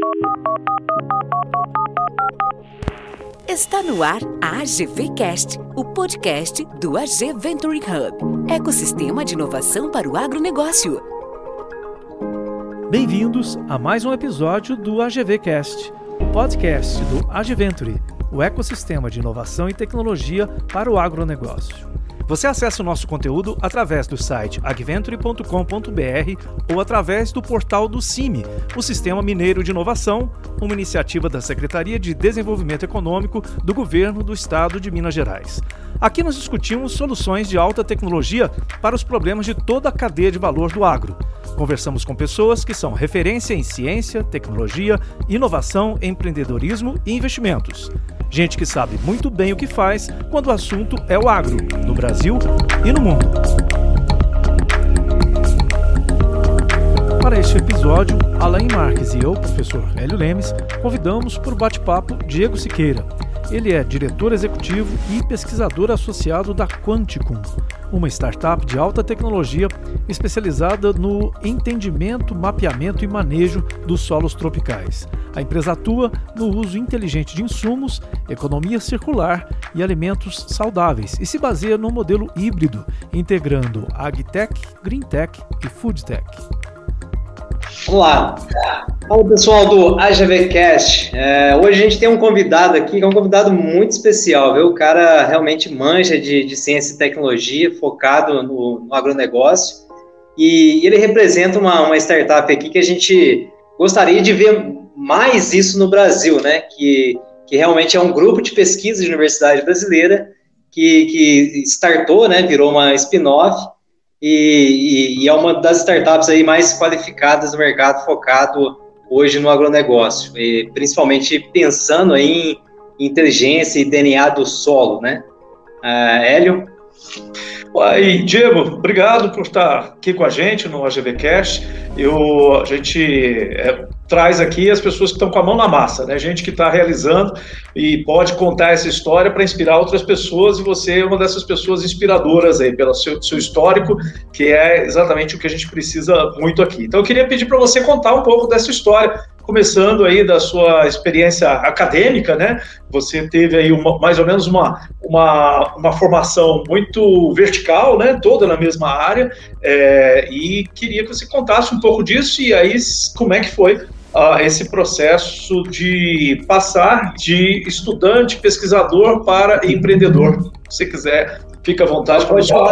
Está no ar a AGVcast, o podcast do AG Venture Hub, ecossistema de inovação para o agronegócio. Bem-vindos a mais um episódio do AGVcast, o podcast do AG Venture, o ecossistema de inovação e tecnologia para o agronegócio. Você acessa o nosso conteúdo através do site agventure.com.br ou através do portal do CIMI, o Sistema Mineiro de Inovação, uma iniciativa da Secretaria de Desenvolvimento Econômico do Governo do Estado de Minas Gerais. Aqui nós discutimos soluções de alta tecnologia para os problemas de toda a cadeia de valor do agro. Conversamos com pessoas que são referência em ciência, tecnologia, inovação, empreendedorismo e investimentos. Gente que sabe muito bem o que faz quando o assunto é o agro, no Brasil e no mundo. Para este episódio, Alain Marques e eu, professor Hélio Lemes, convidamos para o bate-papo Diego Siqueira. Ele é diretor executivo e pesquisador associado da Quanticum, uma startup de alta tecnologia especializada no entendimento, mapeamento e manejo dos solos tropicais. A empresa atua no uso inteligente de insumos, economia circular e alimentos saudáveis e se baseia no modelo híbrido, integrando AgTech, GreenTech e FoodTech. Olá, fala pessoal do AGVcast. Hoje a gente tem um convidado aqui, que é um convidado muito especial, viu? O cara realmente manja de ciência e tecnologia, focado no agronegócio, e ele representa uma startup aqui que a gente gostaria de ver mais isso no Brasil, né? Que realmente é um grupo de pesquisa de universidade brasileira que startou, né? Virou uma spin-off, e é uma das startups aí mais qualificadas do mercado, focado hoje no agronegócio, e principalmente pensando aí em inteligência e DNA do solo, né? Hélio? Oi, Diego, obrigado por estar aqui com a gente no AGVcast. A gente traz aqui as pessoas que estão com a mão na massa, né? Gente que está realizando e pode contar essa história para inspirar outras pessoas, e você é uma dessas pessoas inspiradoras aí, pelo seu histórico, que é exatamente o que a gente precisa muito aqui. Então eu queria pedir para você contar um pouco dessa história, começando aí da sua experiência acadêmica, né? Você teve aí mais ou menos uma formação muito vertical, né? Toda na mesma área, e queria que você contasse um pouco disso, e aí como é que foi esse processo de passar de estudante, pesquisador para empreendedor. Se você quiser, fica à vontade.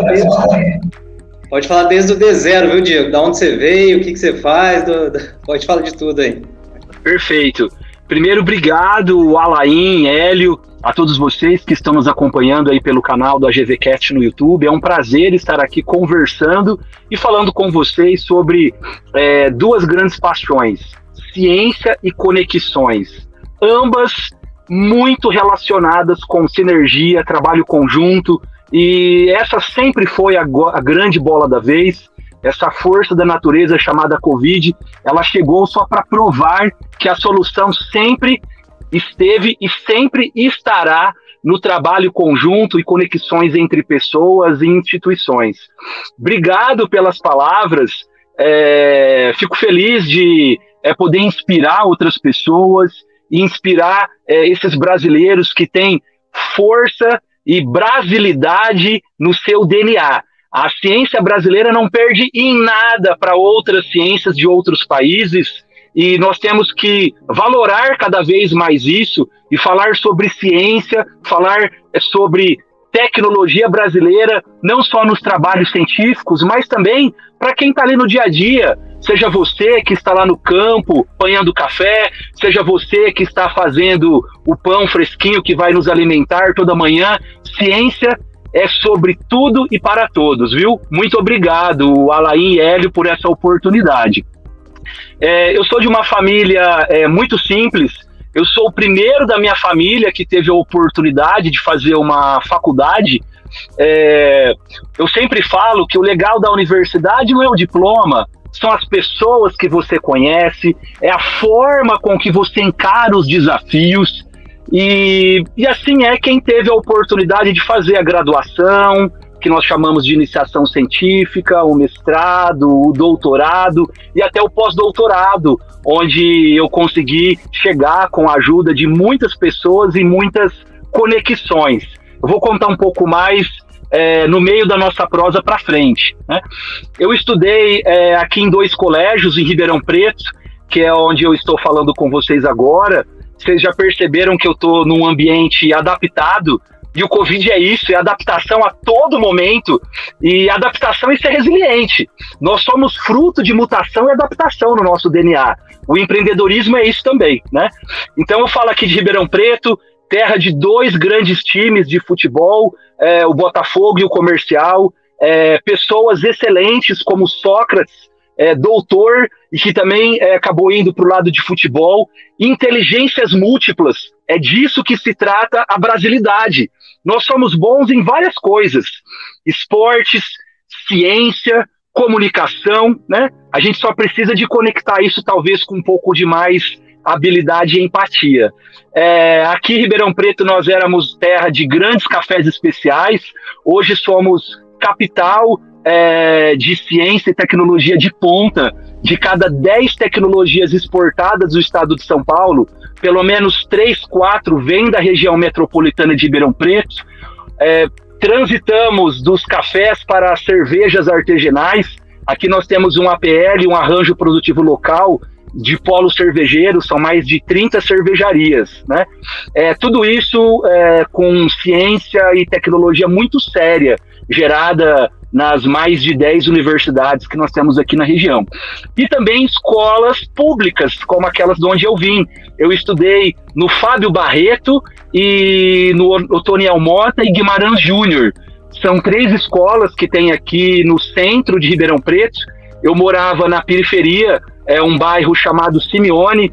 Pode falar desde o D0, viu, Diego? Da onde você veio, o que você faz, pode falar de tudo aí. Perfeito. Primeiro, obrigado, Alain, Hélio, a todos vocês que estão nos acompanhando aí pelo canal do AGVcast no YouTube. É um prazer estar aqui conversando e falando com vocês sobre duas grandes paixões, ciência e conexões, ambas muito relacionadas com sinergia, trabalho conjunto, e essa sempre foi a grande bola da vez. Essa força da natureza chamada Covid, ela chegou só para provar que a solução sempre esteve e sempre estará no trabalho conjunto e conexões entre pessoas e instituições. Obrigado pelas palavras, fico feliz de poder inspirar outras pessoas e inspirar esses brasileiros que têm força e brasilidade no seu DNA. A ciência brasileira não perde em nada para outras ciências de outros países, e nós temos que valorar cada vez mais isso e falar sobre ciência, falar sobre tecnologia brasileira, não só nos trabalhos científicos, mas também para quem está ali no dia a dia, seja você que está lá no campo apanhando café, seja você que está fazendo o pão fresquinho que vai nos alimentar toda manhã. Ciência é sobre tudo e para todos, viu? Muito obrigado, Alain e Hélio, por essa oportunidade. Eu sou de uma família muito simples. Eu sou o primeiro da minha família que teve a oportunidade de fazer uma faculdade. Eu sempre falo que o legal da universidade não é o diploma, são as pessoas que você conhece, é a forma com que você encara os desafios. E assim quem teve a oportunidade de fazer a graduação, que nós chamamos de iniciação científica, o mestrado, o doutorado e até o pós-doutorado, onde eu consegui chegar com a ajuda de muitas pessoas e muitas conexões. Eu vou contar um pouco mais no meio da nossa prosa para frente, né? Eu estudei aqui em 2 colégios, em Ribeirão Preto, que é onde eu estou falando com vocês agora. Vocês já perceberam que eu estou num ambiente adaptado, e o Covid é isso, é adaptação a todo momento, e adaptação é ser resiliente. Nós somos fruto de mutação e adaptação no nosso DNA. O empreendedorismo é isso também, né? Então eu falo aqui de Ribeirão Preto, terra de 2 grandes times de futebol, o Botafogo e o Comercial, pessoas excelentes como Sócrates, doutor, e que também acabou indo para o lado de futebol, inteligências múltiplas, é disso que se trata a brasilidade. Nós somos bons em várias coisas, esportes, ciência, comunicação, né? A gente só precisa de conectar isso talvez com um pouco de mais habilidade e empatia. Aqui em Ribeirão Preto nós éramos terra de grandes cafés especiais, hoje somos capital de ciência e tecnologia de ponta. De cada 10 tecnologias exportadas do estado de São Paulo, pelo menos 3, 4 vêm da região metropolitana de Ribeirão Preto. Transitamos dos cafés para as cervejas artesanais. Aqui nós temos um APL, um arranjo produtivo local, de polo cervejeiro, são mais de 30 cervejarias, né? Tudo isso com ciência e tecnologia muito séria, gerada nas mais de 10 universidades que nós temos aqui na região. E também escolas públicas, como aquelas de onde eu vim. Eu estudei no Fábio Barreto e no Otoniel Mota e Guimarães Júnior. São 3 escolas que tem aqui no centro de Ribeirão Preto. Eu morava na periferia, um bairro chamado Simeone.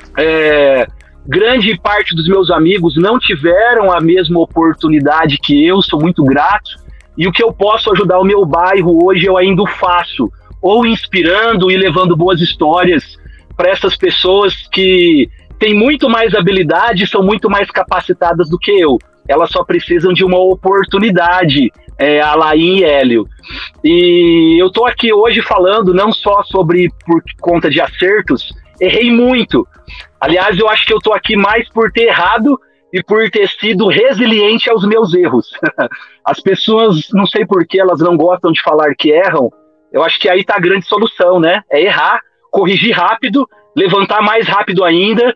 Grande parte dos meus amigos não tiveram a mesma oportunidade que eu, sou muito grato. E o que eu posso ajudar o meu bairro hoje eu ainda faço, ou inspirando e levando boas histórias para essas pessoas que têm muito mais habilidade e são muito mais capacitadas do que eu. Elas só precisam de uma oportunidade, Alain e Hélio. E eu estou aqui hoje falando não só sobre por conta de acertos, errei muito. Aliás, eu acho que eu estou aqui mais por ter errado e por ter sido resiliente aos meus erros. As pessoas, não sei por que elas não gostam de falar que erram, eu acho que aí está a grande solução, né? É errar, corrigir rápido, levantar mais rápido ainda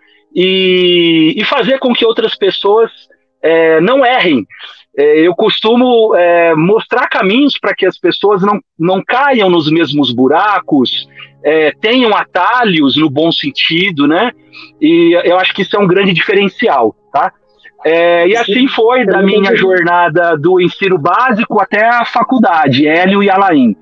e fazer com que outras pessoas não errem. Eu costumo mostrar caminhos para que as pessoas não caiam nos mesmos buracos, tenham atalhos no bom sentido, né? E eu acho que isso é um grande diferencial, tá? E assim foi da minha jornada do ensino básico até a faculdade, Hélio e Alain.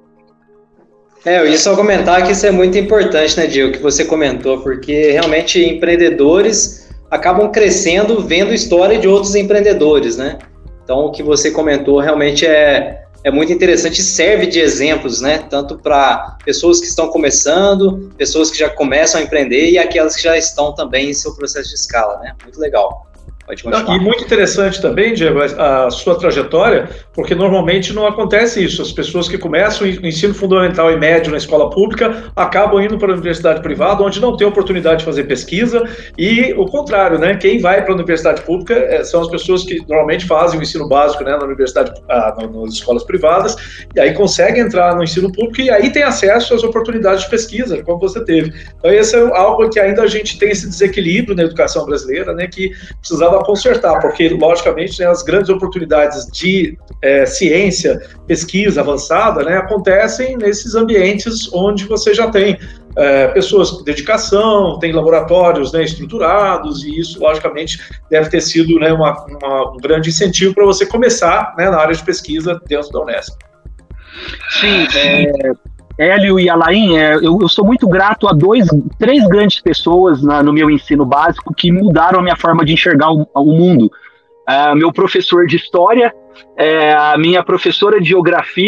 Eu ia só comentar que isso é muito importante, né, Diego, que você comentou, porque realmente empreendedores acabam crescendo vendo história de outros empreendedores, né? Então, o que você comentou realmente é muito interessante e serve de exemplos, né? Tanto para pessoas que estão começando, pessoas que já começam a empreender e aquelas que já estão também em seu processo de escala, né? Muito legal. Pode continuar. E muito interessante também, Diego, a sua trajetória, porque normalmente não acontece isso. As pessoas que começam o ensino fundamental e médio na escola pública acabam indo para a universidade privada, onde não tem oportunidade de fazer pesquisa, e o contrário, né? Quem vai para a universidade pública são as pessoas que normalmente fazem o ensino básico, né, na universidade, nas escolas privadas, e aí conseguem entrar no ensino público e aí tem acesso às oportunidades de pesquisa, como você teve. Então, esse é algo que ainda a gente tem esse desequilíbrio na educação brasileira, né, que precisava consertar, porque, logicamente, né, as grandes oportunidades de ciência, pesquisa avançada, né, acontecem nesses ambientes onde você já tem pessoas com dedicação, tem laboratórios, né, estruturados, e isso, logicamente, deve ter sido, né, um grande incentivo para você começar, né, na área de pesquisa dentro da Unesp. Sim, Hélio e Alain, eu sou muito grato a 3 grandes pessoas no meu ensino básico que mudaram a minha forma de enxergar o mundo. Meu professor de história, a minha professora de geografia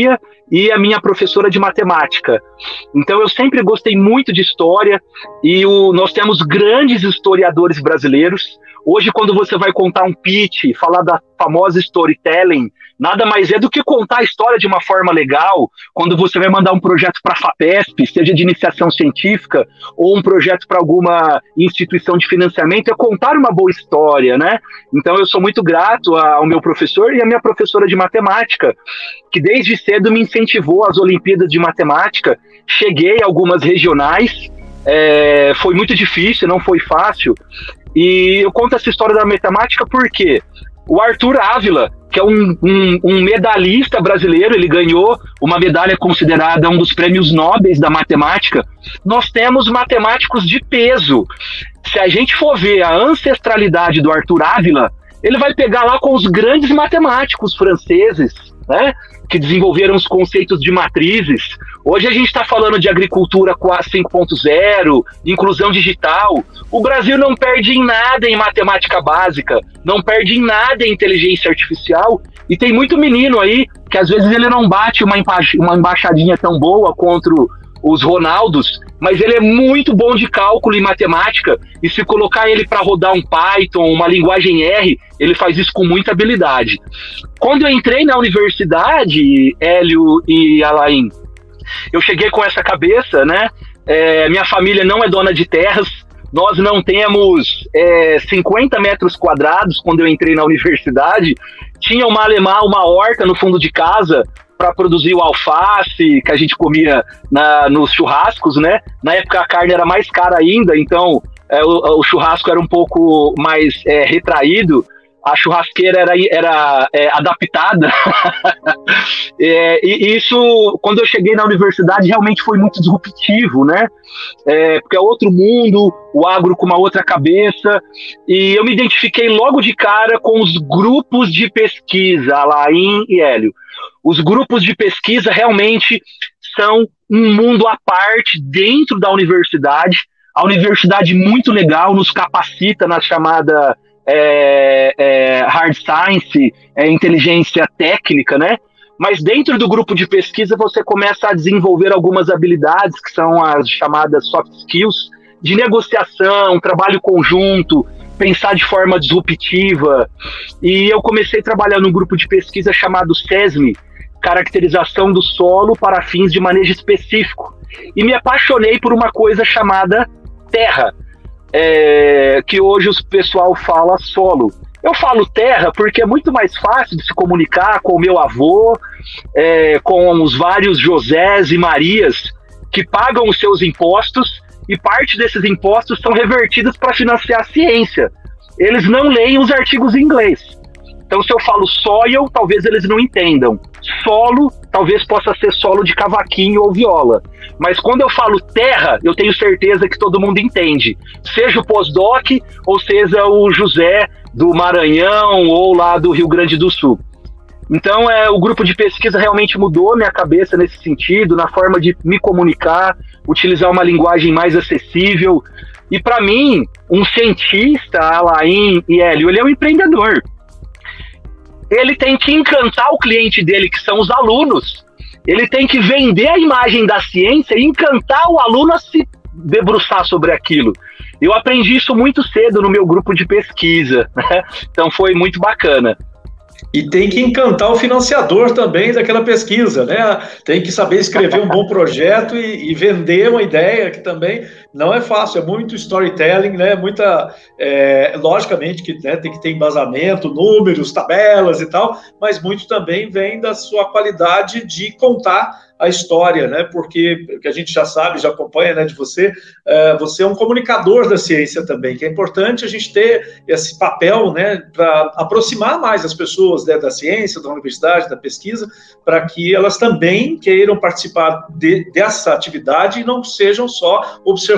e a minha professora de matemática. Então eu sempre gostei muito de história, e nós temos grandes historiadores brasileiros. Hoje, quando você vai contar um pitch, falar da famosa storytelling, nada mais é do que contar a história de uma forma legal. Quando você vai mandar um projeto para a FAPESP, seja de iniciação científica, ou um projeto para alguma instituição de financiamento, é contar uma boa história, né? Então eu sou muito grato ao meu professor e à minha professora de matemática, que desde cedo me incentivou às Olimpíadas de Matemática. Cheguei a algumas regionais, foi muito difícil, não foi fácil. E eu conto essa história da matemática porque o Arthur Ávila, que é um medalhista brasileiro, ele ganhou uma medalha considerada um dos prêmios nobres da matemática. Nós temos matemáticos de peso. Se a gente for ver a ancestralidade do Arthur Ávila, ele vai pegar lá com os grandes matemáticos franceses, né, que desenvolveram os conceitos de matrizes. Hoje a gente está falando de agricultura 5.0, inclusão digital. O Brasil não perde em nada em matemática básica, não perde em nada em inteligência artificial, e tem muito menino aí que às vezes ele não bate uma embaixadinha tão boa contra os Ronaldos, mas ele é muito bom de cálculo e matemática, e se colocar ele para rodar um Python, uma linguagem R, ele faz isso com muita habilidade. Quando eu entrei na universidade, Hélio e Alain, eu cheguei com essa cabeça, né? Minha família não é dona de terras, nós não temos 50 metros quadrados. Quando eu entrei na universidade, tinha uma horta no fundo de casa para produzir o alface que a gente comia nos churrascos, né? Na época a carne era mais cara ainda, então o churrasco era um pouco mais retraído. A churrasqueira era adaptada. E isso, quando eu cheguei na universidade, realmente foi muito disruptivo, né? Porque é outro mundo, o agro com uma outra cabeça, e eu me identifiquei logo de cara com os grupos de pesquisa, Alain e Hélio. Os grupos de pesquisa realmente são um mundo à parte dentro da universidade. A universidade muito legal, nos capacita na chamada hard science, inteligência técnica, né? Mas dentro do grupo de pesquisa você começa a desenvolver algumas habilidades que são as chamadas soft skills, de negociação, trabalho conjunto, pensar de forma disruptiva. E eu comecei a trabalhar num grupo de pesquisa chamado SESMI, Caracterização do Solo para Fins de Manejo Específico, e me apaixonei por uma coisa chamada terra, que hoje o pessoal fala solo. Eu falo terra porque é muito mais fácil de se comunicar com o meu avô, com os vários Josés e Marias que pagam os seus impostos, e parte desses impostos são revertidos para financiar a ciência. Eles não leem os artigos em inglês. Então, se eu falo soil, talvez eles não entendam. Solo, talvez possa ser solo de cavaquinho ou viola. Mas quando eu falo terra, eu tenho certeza que todo mundo entende. Seja o pós-doc, ou seja o José do Maranhão, ou lá do Rio Grande do Sul. Então, o grupo de pesquisa realmente mudou minha cabeça nesse sentido, na forma de me comunicar, utilizar uma linguagem mais acessível. E para mim, um cientista, Alain e Hélio, ele é um empreendedor. Ele tem que encantar o cliente dele, que são os alunos. Ele tem que vender a imagem da ciência e encantar o aluno a se debruçar sobre aquilo. Eu aprendi isso muito cedo no meu grupo de pesquisa, né? Então foi muito bacana. E tem que encantar o financiador também daquela pesquisa, né? Tem que saber escrever um bom projeto e vender uma ideia, que também não é fácil, é muito storytelling, né? Logicamente que, né, tem que ter embasamento, números, tabelas e tal, mas muito também vem da sua qualidade de contar a história, né? Porque a gente já sabe, já acompanha, né, de você, você é um comunicador da ciência também, que é importante a gente ter esse papel, né, para aproximar mais as pessoas, né, da ciência, da universidade, da pesquisa, para que elas também queiram participar dessa atividade e não sejam só observadores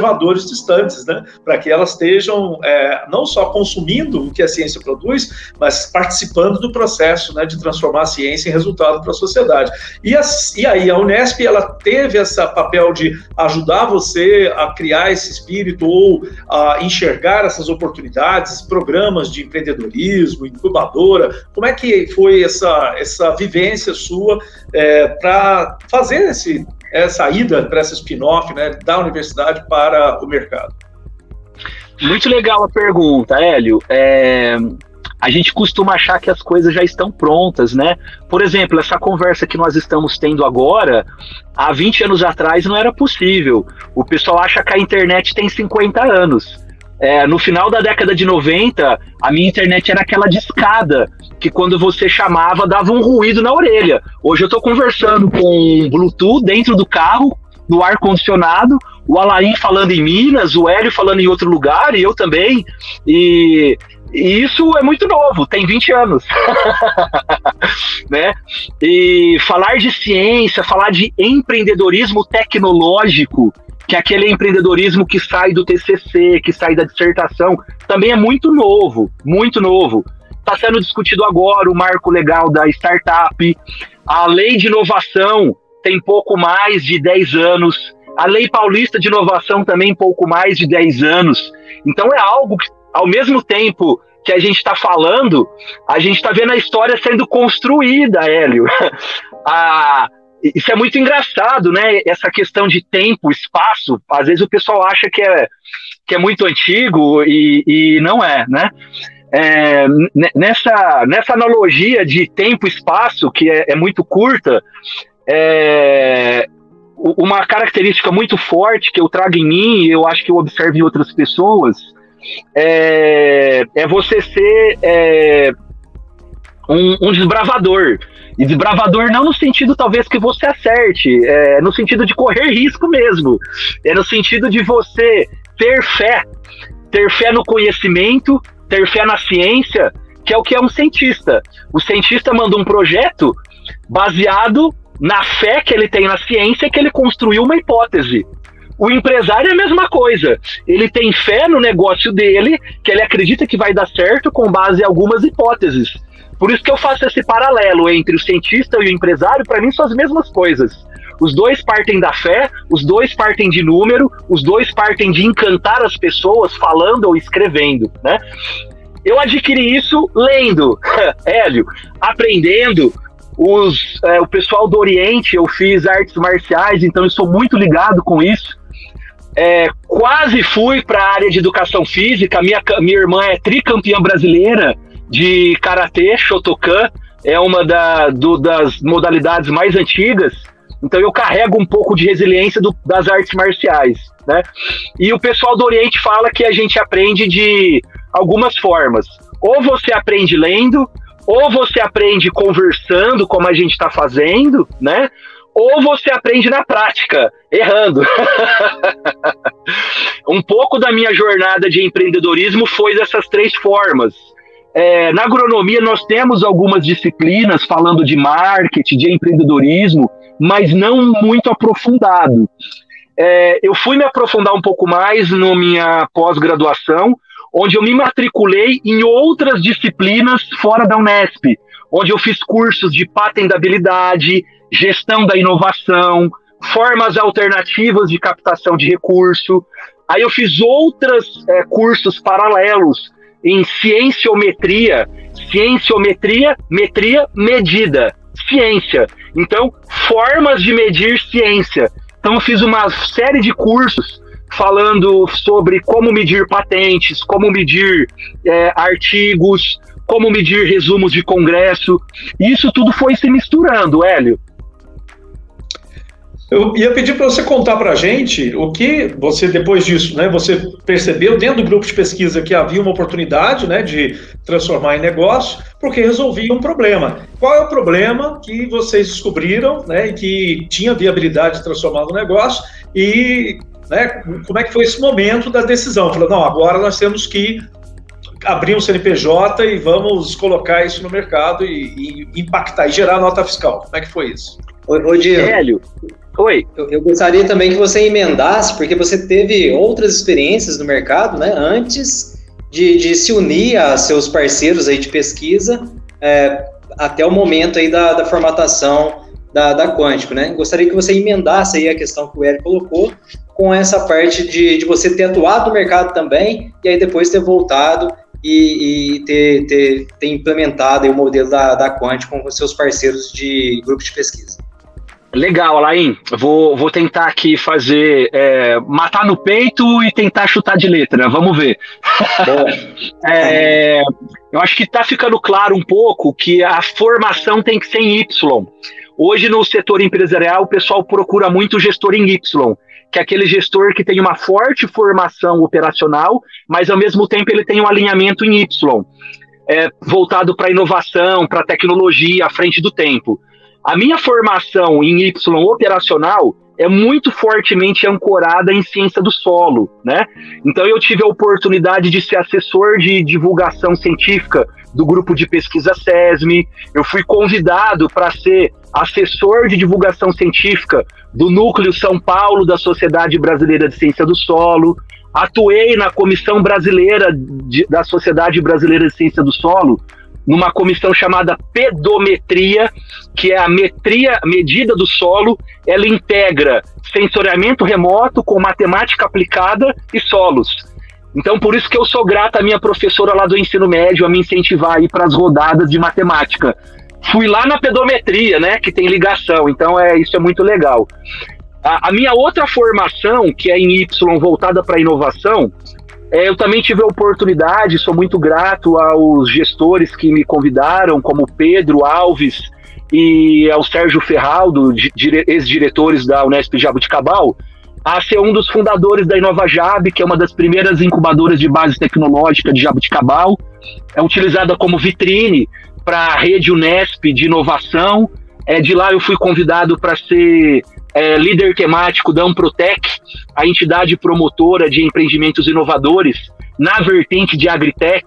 observadores distantes, né? Para que elas estejam não só consumindo o que a ciência produz, mas participando do processo, né, de transformar a ciência em resultado para a sociedade. E aí a Unesp, ela teve esse papel de ajudar você a criar esse espírito ou a enxergar essas oportunidades, programas de empreendedorismo, incubadora. Como é que foi essa vivência sua para fazer essa ida para essa spin-off, né, da universidade para o mercado? Muito legal a pergunta, Hélio. A gente costuma achar que as coisas já estão prontas, né? Por exemplo, essa conversa que nós estamos tendo agora, há 20 anos atrás não era possível. O pessoal acha que a internet tem 50 anos. No final da década de 90, a minha internet era aquela discada, que quando você chamava, dava um ruído na orelha. Hoje eu estou conversando com Bluetooth dentro do carro, no ar-condicionado, o Alain falando em Minas, o Hélio falando em outro lugar, e eu também, e isso é muito novo, tem 20 anos. Né? E falar de ciência, falar de empreendedorismo tecnológico, que é aquele empreendedorismo que sai do TCC, que sai da dissertação, também é muito novo, muito novo. Está sendo discutido agora o marco legal da startup, a lei de inovação tem pouco mais de 10 anos, a lei paulista de inovação também pouco mais de 10 anos. Então é algo que, ao mesmo tempo que a gente está falando, a gente está vendo a história sendo construída, Hélio. Isso é muito engraçado, né? Essa questão de tempo, espaço, às vezes o pessoal acha que é muito antigo e não é, né? Nessa analogia de tempo e espaço, que é muito curta, uma característica muito forte que eu trago em mim, e eu acho que eu observo em outras pessoas, é você ser um desbravador. E desbravador não no sentido talvez que você acerte, no sentido de correr risco mesmo, no sentido de você ter fé no conhecimento, ter fé na ciência, que é o que é um cientista. O cientista manda um projeto baseado na fé que ele tem na ciência, que ele construiu uma hipótese. O empresário é a mesma coisa. Ele tem fé no negócio dele, que ele acredita que vai dar certo com base em algumas hipóteses. Por isso que eu faço esse paralelo entre o cientista e o empresário. Para mim são as mesmas coisas. Os dois partem da fé, os dois partem de número, os dois partem de encantar as pessoas falando ou escrevendo, né? Eu adquiri isso lendo, Hélio, aprendendo. O pessoal do Oriente, eu fiz artes marciais, então eu sou muito ligado com isso. Quase fui para a área de educação física. Minha irmã é tricampeã brasileira de Karatê, Shotokan, é uma das modalidades mais antigas, então eu carrego um pouco de resiliência das artes marciais, né? E o pessoal do Oriente fala que a gente aprende de algumas formas. Ou você aprende lendo, ou você aprende conversando, como a gente está fazendo, né? Ou você aprende na prática, errando. Um pouco da minha jornada de empreendedorismo foi dessas 3 formas. Na agronomia nós temos algumas disciplinas falando de marketing, de empreendedorismo, mas não muito aprofundado. Eu fui me aprofundar um pouco mais na minha pós-graduação, onde eu me matriculei em outras disciplinas fora da Unesp, onde eu fiz cursos de patentabilidade, gestão da inovação, formas alternativas de captação de recurso. Aí eu fiz outros cursos paralelos em cienciometria, metria, medida, ciência. Então, formas de medir ciência. Então, eu fiz uma série de cursos falando sobre como medir patentes, como medir artigos, como medir resumos de congresso. Isso tudo foi se misturando, Hélio. Eu ia pedir para você contar para a gente o que você, depois disso, né, você percebeu dentro do grupo de pesquisa que havia uma oportunidade, né, de transformar em negócio, porque resolvia um problema. Qual é o problema que vocês descobriram, né, e que tinha viabilidade de transformar no negócio e, né, como é que foi esse momento da decisão? Falou, não, agora nós temos que abrir um CNPJ e vamos colocar isso no mercado e impactar, e gerar nota fiscal. Como é que foi isso? Ô Diego. Hélio. Oi. Eu gostaria também que você emendasse, porque você teve outras experiências no mercado, né, antes de se unir a seus parceiros aí de pesquisa, até o momento aí da formatação da Quântico, né? Gostaria que você emendasse aí a questão que o Hélio colocou com essa parte de você ter atuado no mercado também, e aí depois ter voltado e ter implementado aí o modelo da Quântico com os seus parceiros de grupo de pesquisa. Legal, Alain. Vou tentar aqui fazer matar no peito e tentar chutar de letra. Vamos ver. Eu acho que está ficando claro um pouco que a formação tem que ser em Y. Hoje, no setor empresarial, o pessoal procura muito o gestor em Y, que é aquele gestor que tem uma forte formação operacional, mas, ao mesmo tempo, ele tem um alinhamento em Y, voltado para inovação, para tecnologia, à frente do tempo. A minha formação em Y operacional é muito fortemente ancorada em ciência do solo, né? Então eu tive a oportunidade de ser assessor de divulgação científica do grupo de pesquisa SESMI, eu fui convidado para ser assessor de divulgação científica do Núcleo São Paulo da Sociedade Brasileira de Ciência do Solo, atuei na Comissão Brasileira da Sociedade Brasileira de Ciência do Solo, numa comissão chamada pedometria, que é a medida do solo. Ela integra sensoriamento remoto com matemática aplicada e solos. Então, por isso que eu sou grato à minha professora lá do ensino médio a me incentivar a ir para as rodadas de matemática. Fui lá na pedometria, né, que tem ligação, então isso é muito legal. A minha outra formação, que é em Y voltada para inovação, eu também tive a oportunidade, sou muito grato aos gestores que me convidaram, como Pedro Alves e ao Sérgio Ferraldo, ex-diretores da Unesp Jaboticabal, a ser um dos fundadores da InovaJab, que é uma das primeiras incubadoras de base tecnológica de Jaboticabal, é utilizada como vitrine para a rede Unesp de inovação. De lá eu fui convidado para ser líder temático da Amprotec, a entidade promotora de empreendimentos inovadores na vertente de Agritech.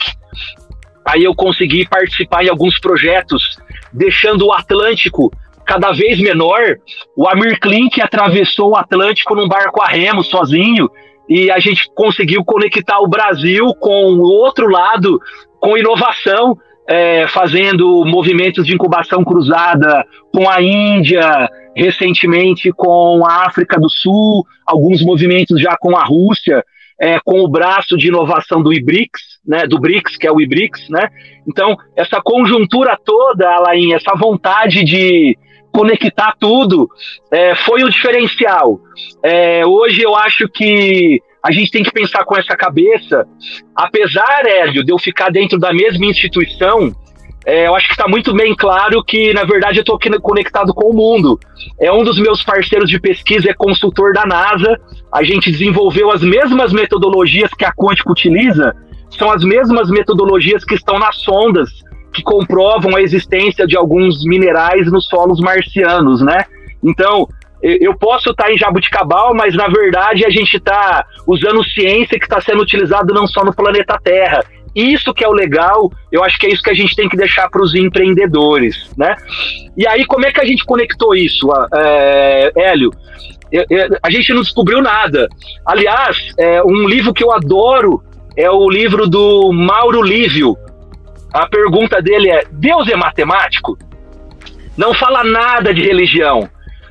Aí eu consegui participar em alguns projetos, deixando o Atlântico cada vez menor. O Amir Klink atravessou o Atlântico num barco a remo sozinho, e a gente conseguiu conectar o Brasil com o outro lado, com inovação, fazendo movimentos de incubação cruzada com a Índia, recentemente com a África do Sul, alguns movimentos já com a Rússia, com o braço de inovação do IBRICS, né, do BRICS, que é o IBRICS, né? Então, essa conjuntura toda, Alain, essa vontade de conectar tudo, foi o diferencial. Hoje eu acho que a gente tem que pensar com essa cabeça. Apesar, Hélio, de eu ficar dentro da mesma instituição, eu acho que está muito bem claro que, na verdade, eu estou conectado com o mundo. Um dos meus parceiros de pesquisa é consultor da NASA. A gente desenvolveu as mesmas metodologias que a Quântico utiliza, são as mesmas metodologias que estão nas sondas, que comprovam a existência de alguns minerais nos solos marcianos, né? Então, eu posso estar em Jaboticabal, mas, na verdade, a gente está usando ciência que está sendo utilizada não só no planeta Terra. Isso que é o legal, eu acho que é isso que a gente tem que deixar para os empreendedores, né? E aí, como é que a gente conectou isso, Hélio? A gente não descobriu nada. Aliás, um livro que eu adoro é o livro do Mauro Lívio. A pergunta dele é: Deus é matemático? Não fala nada de religião.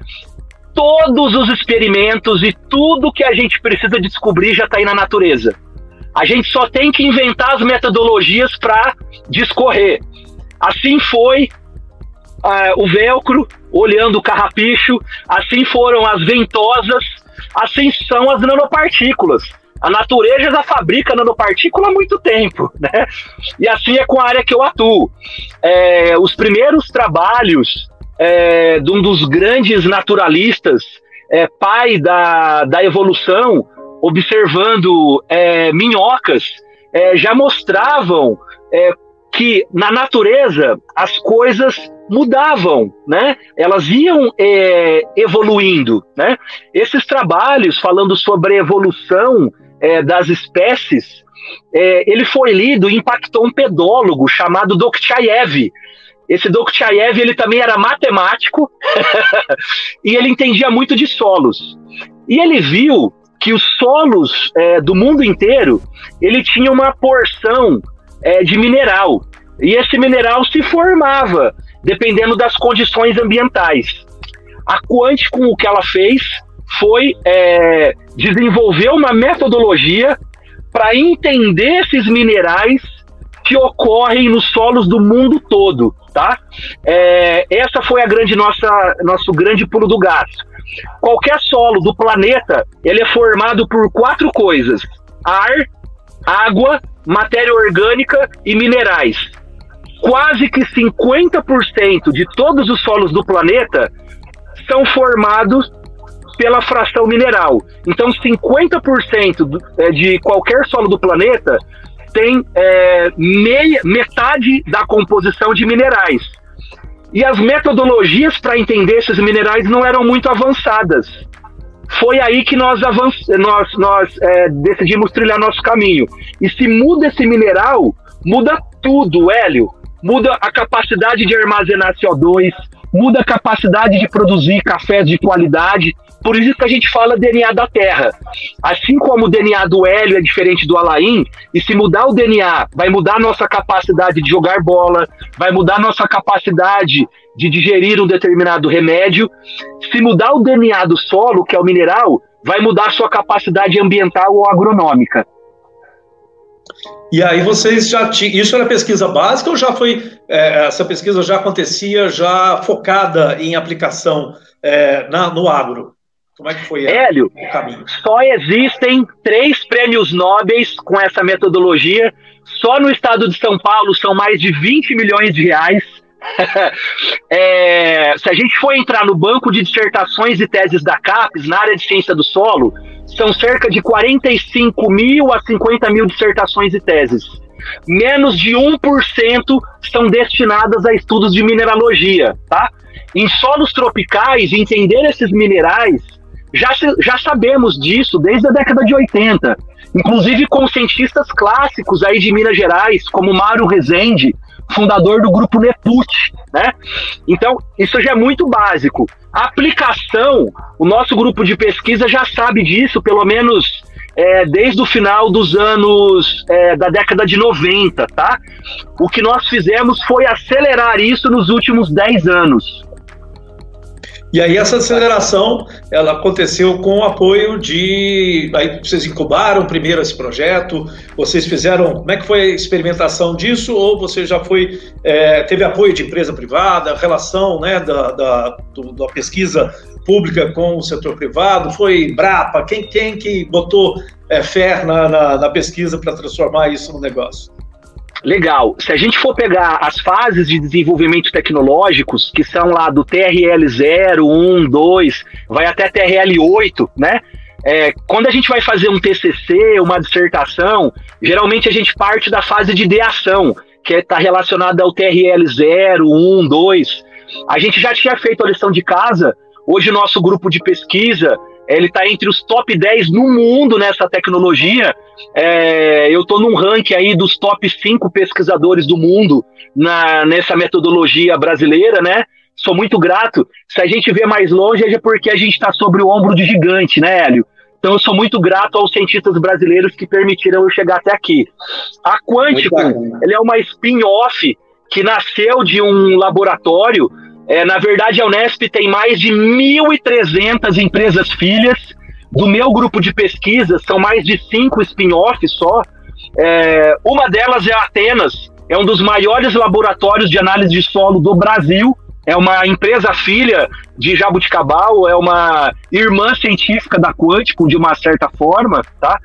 Todos os experimentos e tudo que a gente precisa descobrir já está aí na natureza. A gente só tem que inventar as metodologias para discorrer. Assim foi o velcro, olhando o carrapicho, assim foram as ventosas, assim são as nanopartículas. A natureza já fabrica nanopartícula há muito tempo, né? E assim é com a área que eu atuo. Os primeiros trabalhos de um dos grandes naturalistas, pai da evolução, observando minhocas, já mostravam que na natureza as coisas mudavam, né? Elas iam evoluindo, né? Esses trabalhos falando sobre a evolução das espécies, ele foi lido e impactou um pedólogo chamado Dokchaev, Esse Dokhtchaev, ele também era matemático e ele entendia muito de solos. E ele viu que os solos do mundo inteiro, ele tinha uma porção de mineral. E esse mineral se formava dependendo das condições ambientais. A Quanticum, o que ela fez foi desenvolver uma metodologia para entender esses minerais que ocorrem nos solos do mundo todo, tá? Essa foi nosso grande pulo do gato. Qualquer solo do planeta, ele é formado por 4 coisas: ar, água, matéria orgânica e minerais. Quase que 50% de todos os solos do planeta são formados pela fração mineral. Então, 50% de qualquer solo do planeta tem metade da composição de minerais. E as metodologias para entender esses minerais não eram muito avançadas. Foi aí que nós decidimos trilhar nosso caminho. E se muda esse mineral, muda tudo, Hélio. Muda a capacidade de armazenar CO2, muda a capacidade de produzir cafés de qualidade. Por isso que a gente fala DNA da Terra. Assim como o DNA do Hélio é diferente do Alain, e se mudar o DNA, vai mudar a nossa capacidade de jogar bola, vai mudar a nossa capacidade de digerir um determinado remédio. Se mudar o DNA do solo, que é o mineral, vai mudar a sua capacidade ambiental ou agronômica. E aí vocês já tinham... Isso era pesquisa básica ou já foi... essa pesquisa já acontecia, já focada em aplicação no agro? Como é que foi Hélio, o caminho? Só existem 3 prêmios Nobel com essa metodologia. Só no estado de São Paulo são mais de 20 milhões de reais. Se a gente for entrar no banco de dissertações e teses da CAPES, na área de ciência do solo, são cerca de 45 mil a 50 mil dissertações e teses. Menos de 1% são destinadas a estudos de mineralogia, tá? Em solos tropicais, entender esses minerais, já sabemos disso desde a década de 80, inclusive com cientistas clássicos aí de Minas Gerais, como Mário Rezende, fundador do grupo Neput, né? Então, isso já é muito básico. A aplicação, o nosso grupo de pesquisa já sabe disso, pelo menos desde o final dos anos da década de 90, tá? O que nós fizemos foi acelerar isso nos últimos 10 anos. E aí essa aceleração, ela aconteceu com o apoio de... Aí vocês incubaram primeiro esse projeto, vocês fizeram... Como é que foi a experimentação disso? Ou você já teve apoio de empresa privada, relação, né, da pesquisa pública com o setor privado? Foi Brapa? Quem que botou fé na pesquisa para transformar isso no negócio? Legal. Se a gente for pegar as fases de desenvolvimento tecnológicos, que são lá do TRL 0, 1, 2, vai até TRL 8, né? Quando a gente vai fazer um TCC, uma dissertação, geralmente a gente parte da fase de ideação, que está relacionada ao TRL 0, 1, 2. A gente já tinha feito a lição de casa. Hoje o nosso grupo de pesquisa, ele está entre os top 10 no mundo nessa tecnologia. Eu estou num ranking aí dos top 5 pesquisadores do mundo nessa metodologia brasileira, né? Sou muito grato. Se a gente vê mais longe, é porque a gente está sobre o ombro de gigante, né, Hélio? Então eu sou muito grato aos cientistas brasileiros que permitiram eu chegar até aqui. A Quanticum, ele é uma spin-off que nasceu de um laboratório. Na verdade, a Unesp tem mais de 1.300 empresas filhas. Do meu grupo de pesquisa, são mais de 5 spin-offs só. Uma delas é a Atenas, é um dos maiores laboratórios de análise de solo do Brasil. É uma empresa filha de Jabuticabal, é uma irmã científica da Quanticum, de uma certa forma, tá?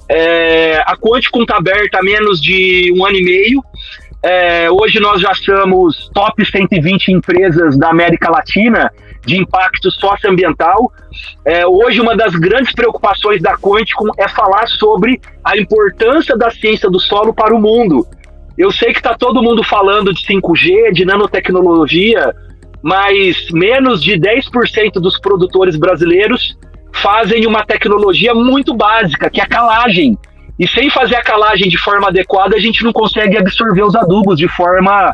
A Quanticum está aberta há menos de 1 ano e meio. Hoje nós já somos top 120 empresas da América Latina de impacto socioambiental. Hoje uma das grandes preocupações da Quanticum é falar sobre a importância da ciência do solo para o mundo. Eu sei que está todo mundo falando de 5G, de nanotecnologia, mas menos de 10% dos produtores brasileiros fazem uma tecnologia muito básica, que é a calagem. E sem fazer a calagem de forma adequada, a gente não consegue absorver os adubos de forma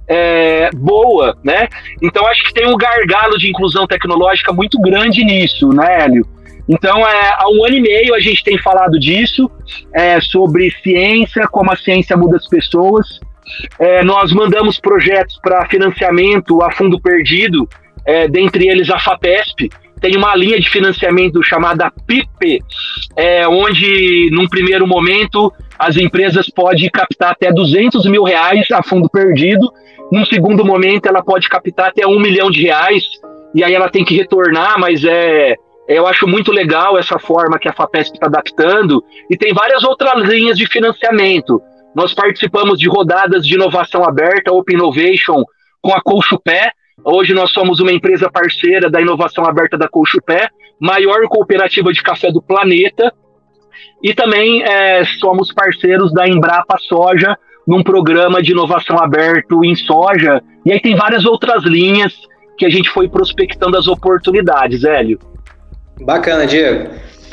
boa, né? Então, acho que tem um gargalo de inclusão tecnológica muito grande nisso, né, Hélio? Então, há 1 ano e meio a gente tem falado disso, sobre ciência, como a ciência muda as pessoas. Nós mandamos projetos para financiamento a fundo perdido, dentre eles a FAPESP. Tem uma linha de financiamento chamada PIP, onde, num primeiro momento, as empresas podem captar até R$200 mil a fundo perdido. Num segundo momento, ela pode captar até R$1 milhão, e aí ela tem que retornar, mas eu acho muito legal essa forma que a FAPESP está adaptando, e tem várias outras linhas de financiamento. Nós participamos de rodadas de inovação aberta, Open Innovation, com a Colchupé. Hoje nós somos uma empresa parceira da inovação aberta da Colchupé, maior cooperativa de café do planeta, e também somos parceiros da Embrapa Soja, num programa de inovação aberto em soja, e aí tem várias outras linhas que a gente foi prospectando as oportunidades, Hélio. Bacana, Diego.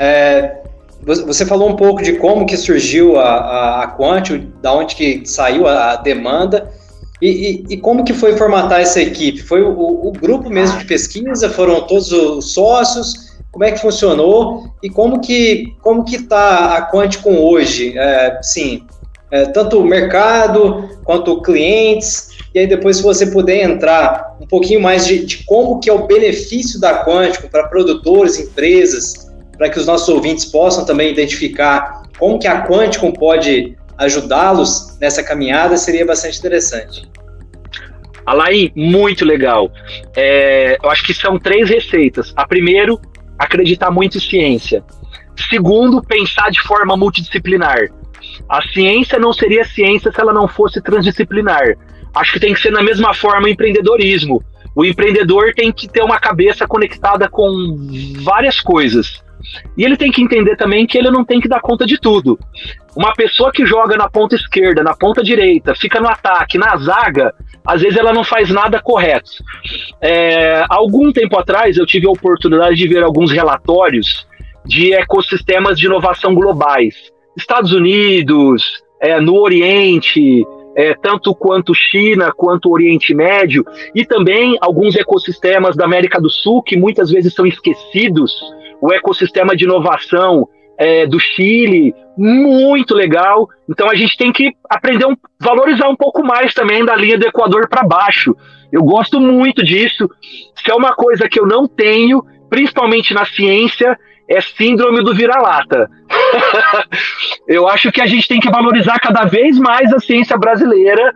Você falou um pouco de como que surgiu a Quantio, da onde que saiu a demanda, e como que foi formatar essa equipe? Foi o grupo mesmo de pesquisa? Foram todos os sócios? Como é que funcionou? E como que está a Quanticum hoje? Tanto o mercado quanto clientes. E aí depois, se você puder entrar um pouquinho mais de como que é o benefício da Quanticum para produtores, empresas, para que os nossos ouvintes possam também identificar como que a Quanticum pode ajudá-los nessa caminhada, seria bastante interessante. Alain, muito legal. Eu acho que são 3 receitas. A primeiro, acreditar muito em ciência. Segundo, pensar de forma multidisciplinar. A ciência não seria ciência se ela não fosse transdisciplinar. Acho que tem que ser da mesma forma o empreendedorismo. O empreendedor tem que ter uma cabeça conectada com várias coisas. E ele tem que entender também que ele não tem que dar conta de tudo. Uma pessoa que joga na ponta esquerda, na ponta direita, fica no ataque, na zaga, às vezes ela não faz nada correto. Algum tempo atrás eu tive a oportunidade de ver alguns relatórios de ecossistemas de inovação globais. Estados Unidos, no Oriente, tanto quanto China, quanto Oriente Médio, e também alguns ecossistemas da América do Sul que muitas vezes são esquecidos. O ecossistema de inovação do Chile, muito legal. Então a gente tem que aprender valorizar um pouco mais também da linha do Equador para baixo. Eu gosto muito disso. Se é uma coisa que eu não tenho, principalmente na ciência, é síndrome do vira-lata. Eu acho que a gente tem que valorizar cada vez mais a ciência brasileira,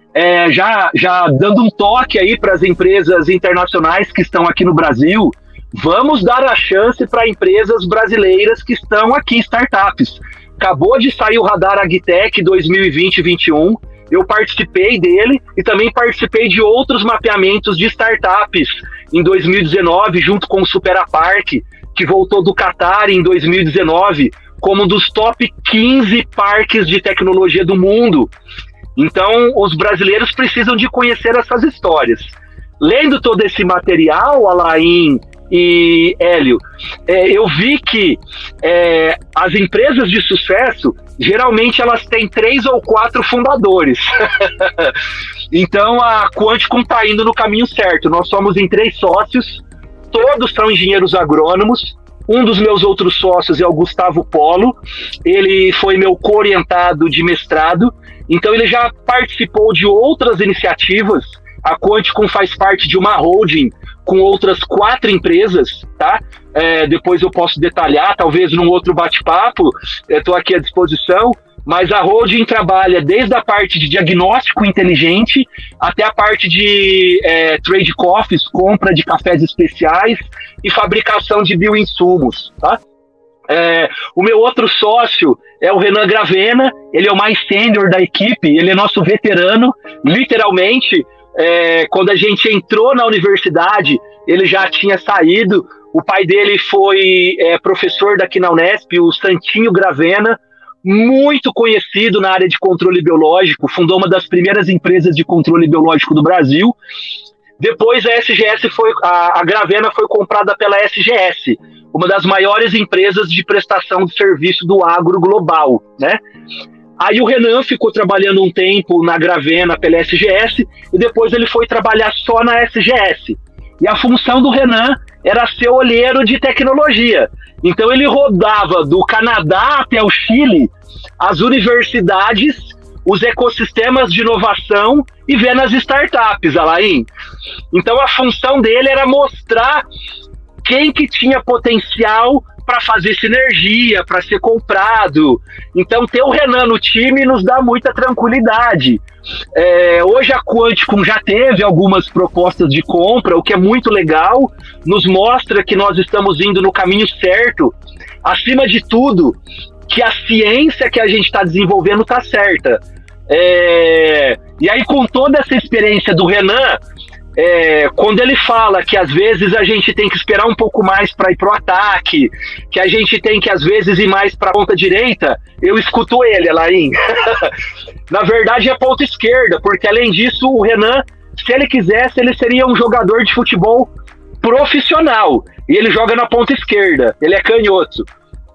já dando um toque aí para as empresas internacionais que estão aqui no Brasil. Vamos dar a chance para empresas brasileiras que estão aqui, startups. Acabou de sair o Radar Agtech 2020-21, eu participei dele e também participei de outros mapeamentos de startups em 2019, junto com o Superapark, que voltou do Qatar em 2019, como um dos top 15 parques de tecnologia do mundo. Então, os brasileiros precisam de conhecer essas histórias. Lendo todo esse material, Alain e Hélio, eu vi que as empresas de sucesso, geralmente elas têm 3 ou 4 fundadores. Então a Quanticum está indo no caminho certo. Nós somos em 3 sócios, todos são engenheiros agrônomos. Um dos meus outros sócios é o Gustavo Polo, ele foi meu co-orientado de mestrado, então ele já participou de outras iniciativas. A Quanticum faz parte de uma holding com outras 4 empresas, tá? Depois eu posso detalhar, talvez num outro bate-papo, estou aqui à disposição, mas a holding trabalha desde a parte de diagnóstico inteligente até a parte de trade coffees, compra de cafés especiais e fabricação de bioinsumos, tá? O meu outro sócio é o Renan Gravena, ele é o mais sênior da equipe, ele é nosso veterano, literalmente. Quando a gente entrou na universidade, ele já tinha saído. O pai dele foi professor daqui na Unesp, o Santinho Gravena, muito conhecido na área de controle biológico, fundou uma das primeiras empresas de controle biológico do Brasil. Depois a Gravena foi comprada pela SGS, uma das maiores empresas de prestação de serviço do agro global, né? Aí o Renan ficou trabalhando um tempo na Gravena pela SGS e depois ele foi trabalhar só na SGS. E a função do Renan era ser olheiro de tecnologia. Então ele rodava do Canadá até o Chile, as universidades, os ecossistemas de inovação e vendo as startups, Alain. Então a função dele era mostrar quem que tinha potencial para fazer sinergia, para ser comprado. Então ter o Renan no time nos dá muita tranquilidade. Hoje a Quanticum já teve algumas propostas de compra, o que é muito legal, nos mostra que nós estamos indo no caminho certo. Acima de tudo, que a ciência que a gente está desenvolvendo está certa. E aí, com toda essa experiência do Renan, quando ele fala que às vezes a gente tem que esperar um pouco mais para ir pro ataque, que a gente tem que às vezes ir mais para a ponta direita, eu escuto ele, Alain. Na verdade é ponta esquerda, porque além disso o Renan, se ele quisesse, ele seria um jogador de futebol profissional, e ele joga na ponta esquerda, ele é canhoto.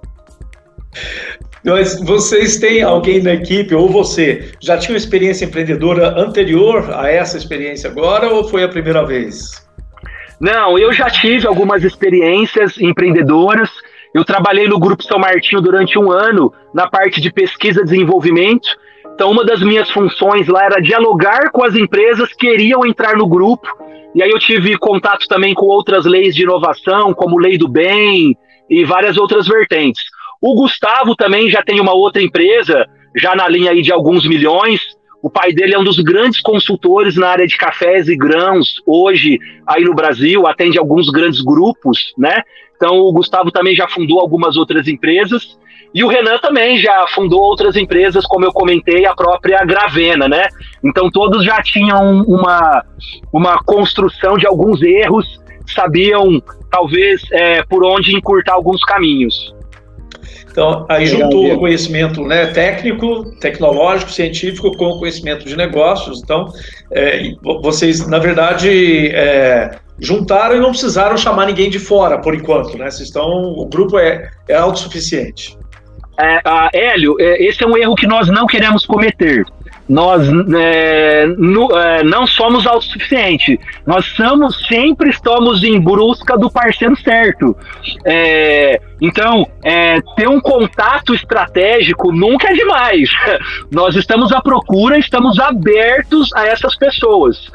Mas vocês têm alguém na equipe, ou você, já tinha uma experiência empreendedora anterior a essa experiência agora, ou foi a primeira vez? Não, eu já tive algumas experiências empreendedoras. Eu trabalhei no Grupo São Martinho durante 1 ano, na parte de pesquisa e desenvolvimento. Então, uma das minhas funções lá era dialogar com as empresas que queriam entrar no grupo. E aí eu tive contato também com outras leis de inovação, como Lei do Bem e várias outras vertentes. O Gustavo também já tem uma outra empresa, já na linha aí de alguns milhões. O pai dele é um dos grandes consultores na área de cafés e grãos, hoje aí no Brasil, atende alguns grandes grupos, né? Então o Gustavo também já fundou algumas outras empresas. E o Renan também já fundou outras empresas, como eu comentei, a própria Gravena, né? Então todos já tinham uma construção de alguns erros, sabiam talvez por onde encurtar alguns caminhos. Então, aí juntou o conhecimento, né, técnico, tecnológico, científico com o conhecimento de negócios. Então, vocês, na verdade, juntaram e não precisaram chamar ninguém de fora, por enquanto, né? O grupo é autossuficiente. Hélio, esse é um erro que nós não queremos cometer. Nós não somos autossuficientes. Nós sempre estamos em busca do parceiro certo. Então, ter um contato estratégico nunca é demais. Nós estamos à procura, estamos abertos a essas pessoas.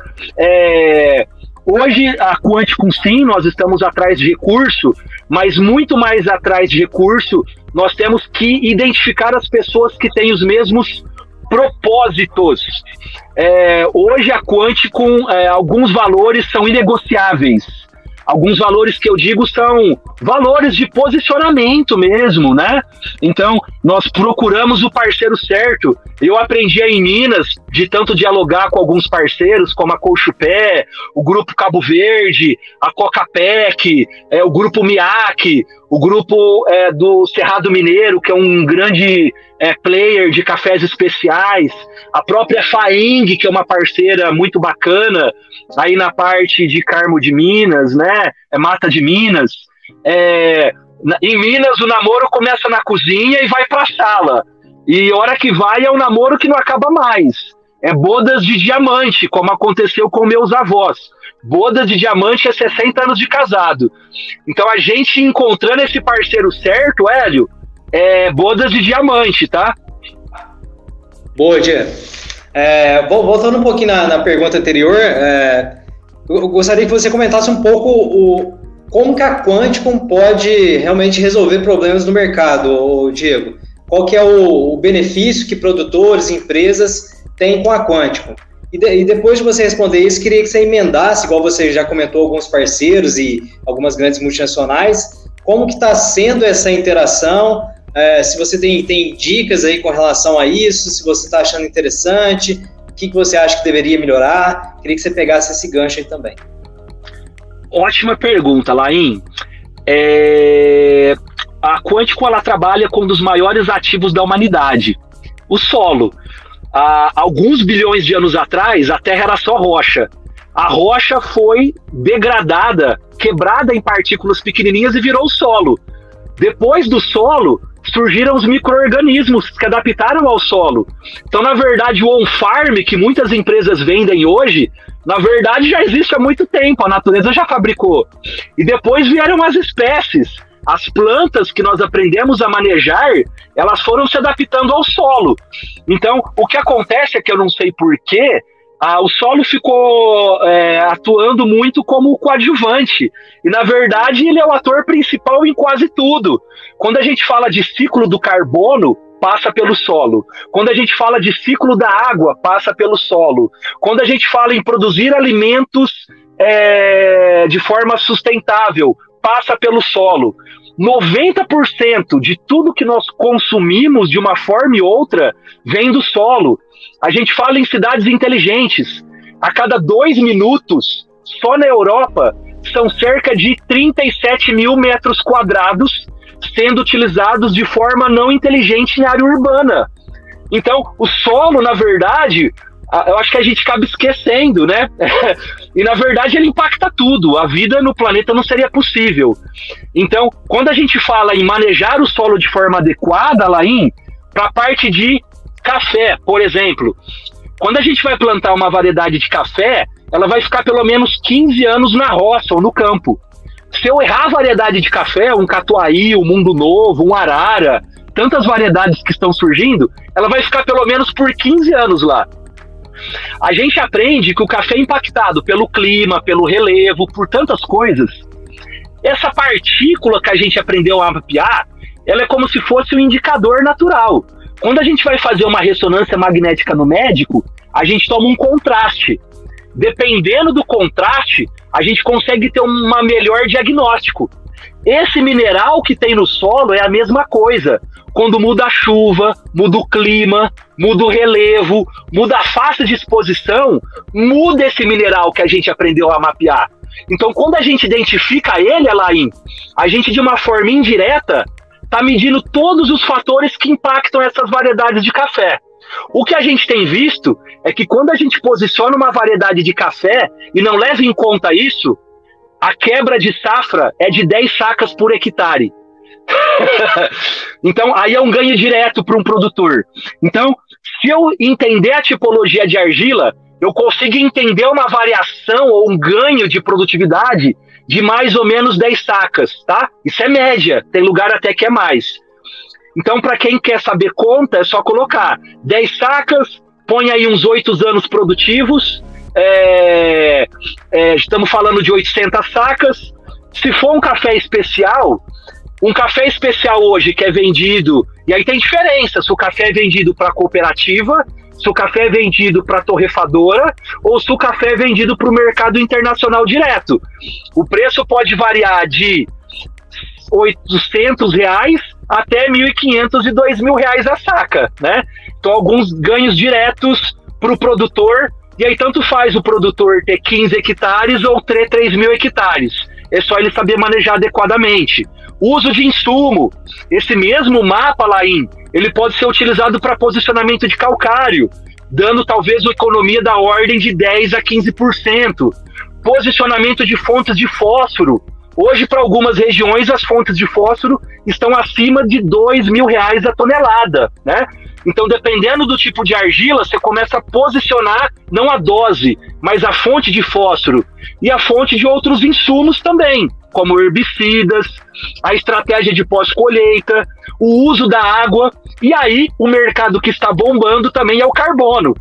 Hoje, a Quanticum, sim, nós estamos atrás de recurso, mas muito mais atrás de recurso, nós temos que identificar as pessoas que têm os mesmos propósitos. Hoje a Quanticum, alguns valores são inegociáveis. Alguns valores que eu digo são valores de posicionamento mesmo, né? Então, nós procuramos o parceiro certo. Eu aprendi aí em Minas, de tanto dialogar com alguns parceiros, como a Colchupé, o Grupo Cabo Verde, a Cocapec, o Grupo MIAC, o Grupo do Cerrado Mineiro, que é um grande player de cafés especiais, a própria FAENG, que é uma parceira muito bacana, aí na parte de Carmo de Minas, né? Mata de Minas. Em Minas, o namoro começa na cozinha e vai para a sala. E a hora que vai é um namoro que não acaba mais. Bodas de diamante, como aconteceu com meus avós. Bodas de diamante é 60 anos de casado. Então a gente encontrando esse parceiro certo, Hélio, bodas de diamante, tá? Boa, Diego. Voltando um pouquinho na pergunta anterior, eu gostaria que você comentasse um pouco como que a Quanticum pode realmente resolver problemas no mercado, Diego. Qual que é o benefício que produtores, empresas têm com a Quanticum? E depois de você responder isso, queria que você emendasse, igual você já comentou, alguns parceiros e algumas grandes multinacionais, como que está sendo essa interação, se você tem dicas aí com relação a isso, se você está achando interessante, o que você acha que deveria melhorar, queria que você pegasse esse gancho aí também. Ótima pergunta, Laim. A Quanticum, ela trabalha com um dos maiores ativos da humanidade, o solo. Há alguns bilhões de anos atrás, a Terra era só rocha. a rocha foi degradada, quebrada em partículas pequenininhas e virou solo. Depois do solo, surgiram os micro-organismos que adaptaram ao solo. Então, na verdade, o on-farm, que muitas empresas vendem hoje, na verdade já existe há muito tempo, a natureza já fabricou. E depois vieram as espécies. As plantas que nós aprendemos a manejar, elas foram se adaptando ao solo. Então, o que acontece é que eu não sei porquê, o solo ficou atuando muito como coadjuvante. E, na verdade, ele é o ator principal em quase tudo. Quando a gente fala de ciclo do carbono, passa pelo solo. Quando a gente fala de ciclo da água, passa pelo solo. Quando a gente fala em produzir alimentos de forma sustentável, passa pelo solo. 90% de tudo que nós consumimos de uma forma e outra vem do solo. A gente fala em cidades inteligentes. A cada 2 minutos, só na Europa, são cerca de 37 mil metros quadrados sendo utilizados de forma não inteligente em área urbana. Então, o solo, na verdade, eu acho que a gente acaba esquecendo, né? E, na verdade, ele impacta tudo. A vida no planeta não seria possível. Então, quando a gente fala em manejar o solo de forma adequada, Alain, para a parte de café, por exemplo, quando a gente vai plantar uma variedade de café, ela vai ficar pelo menos 15 anos na roça ou no campo. Se eu errar a variedade de café, um catuaí, um mundo novo, um arara, tantas variedades que estão surgindo, ela vai ficar pelo menos por 15 anos lá. A gente aprende que o café é impactado pelo clima, pelo relevo, por tantas coisas. Essa partícula que a gente aprendeu a mapear, ela é como se fosse um indicador natural. Quando a gente vai fazer uma ressonância magnética no médico, a gente toma um contraste. Dependendo do contraste, a gente consegue ter um melhor diagnóstico. Esse mineral que tem no solo é a mesma coisa. Quando muda a chuva, muda o clima, muda o relevo, muda a faixa de exposição, muda esse mineral que a gente aprendeu a mapear. Então, quando a gente identifica ele, Alain, a gente, de uma forma indireta, está medindo todos os fatores que impactam essas variedades de café. O que a gente tem visto é que quando a gente posiciona uma variedade de café e não leva em conta isso, a quebra de safra é de 10 sacas por hectare. Então, aí é um ganho direto para um produtor. Então, se eu entender a tipologia de argila, eu consigo entender uma variação ou um ganho de produtividade de mais ou menos 10 sacas, tá? Isso é média, tem lugar até que é mais. Então, para quem quer saber conta, é só colocar 10 sacas, põe aí uns 8 anos produtivos, estamos falando de 800 sacas. Se for um café especial hoje que é vendido, e aí tem diferença, se o café é vendido para cooperativa, se o café é vendido para torrefadora, ou se o café é vendido para o mercado internacional direto. O preço pode variar de R$800 até R$1.500 e R$2.000 a saca, né? Então, alguns ganhos diretos para o produtor, e aí tanto faz o produtor ter 15 hectares ou ter 3.000 hectares. É só ele saber manejar adequadamente. Uso de insumo. Esse mesmo mapa, Alain, ele pode ser utilizado para posicionamento de calcário, dando talvez uma economia da ordem de 10% a 15%. Posicionamento de fontes de fósforo. Hoje, para algumas regiões, as fontes de fósforo estão acima de R$2.000 a tonelada, né? Então, dependendo do tipo de argila, você começa a posicionar não a dose, mas a fonte de fósforo e a fonte de outros insumos também, como herbicidas, a estratégia de pós-colheita, o uso da água, e aí o mercado que está bombando também é o carbono.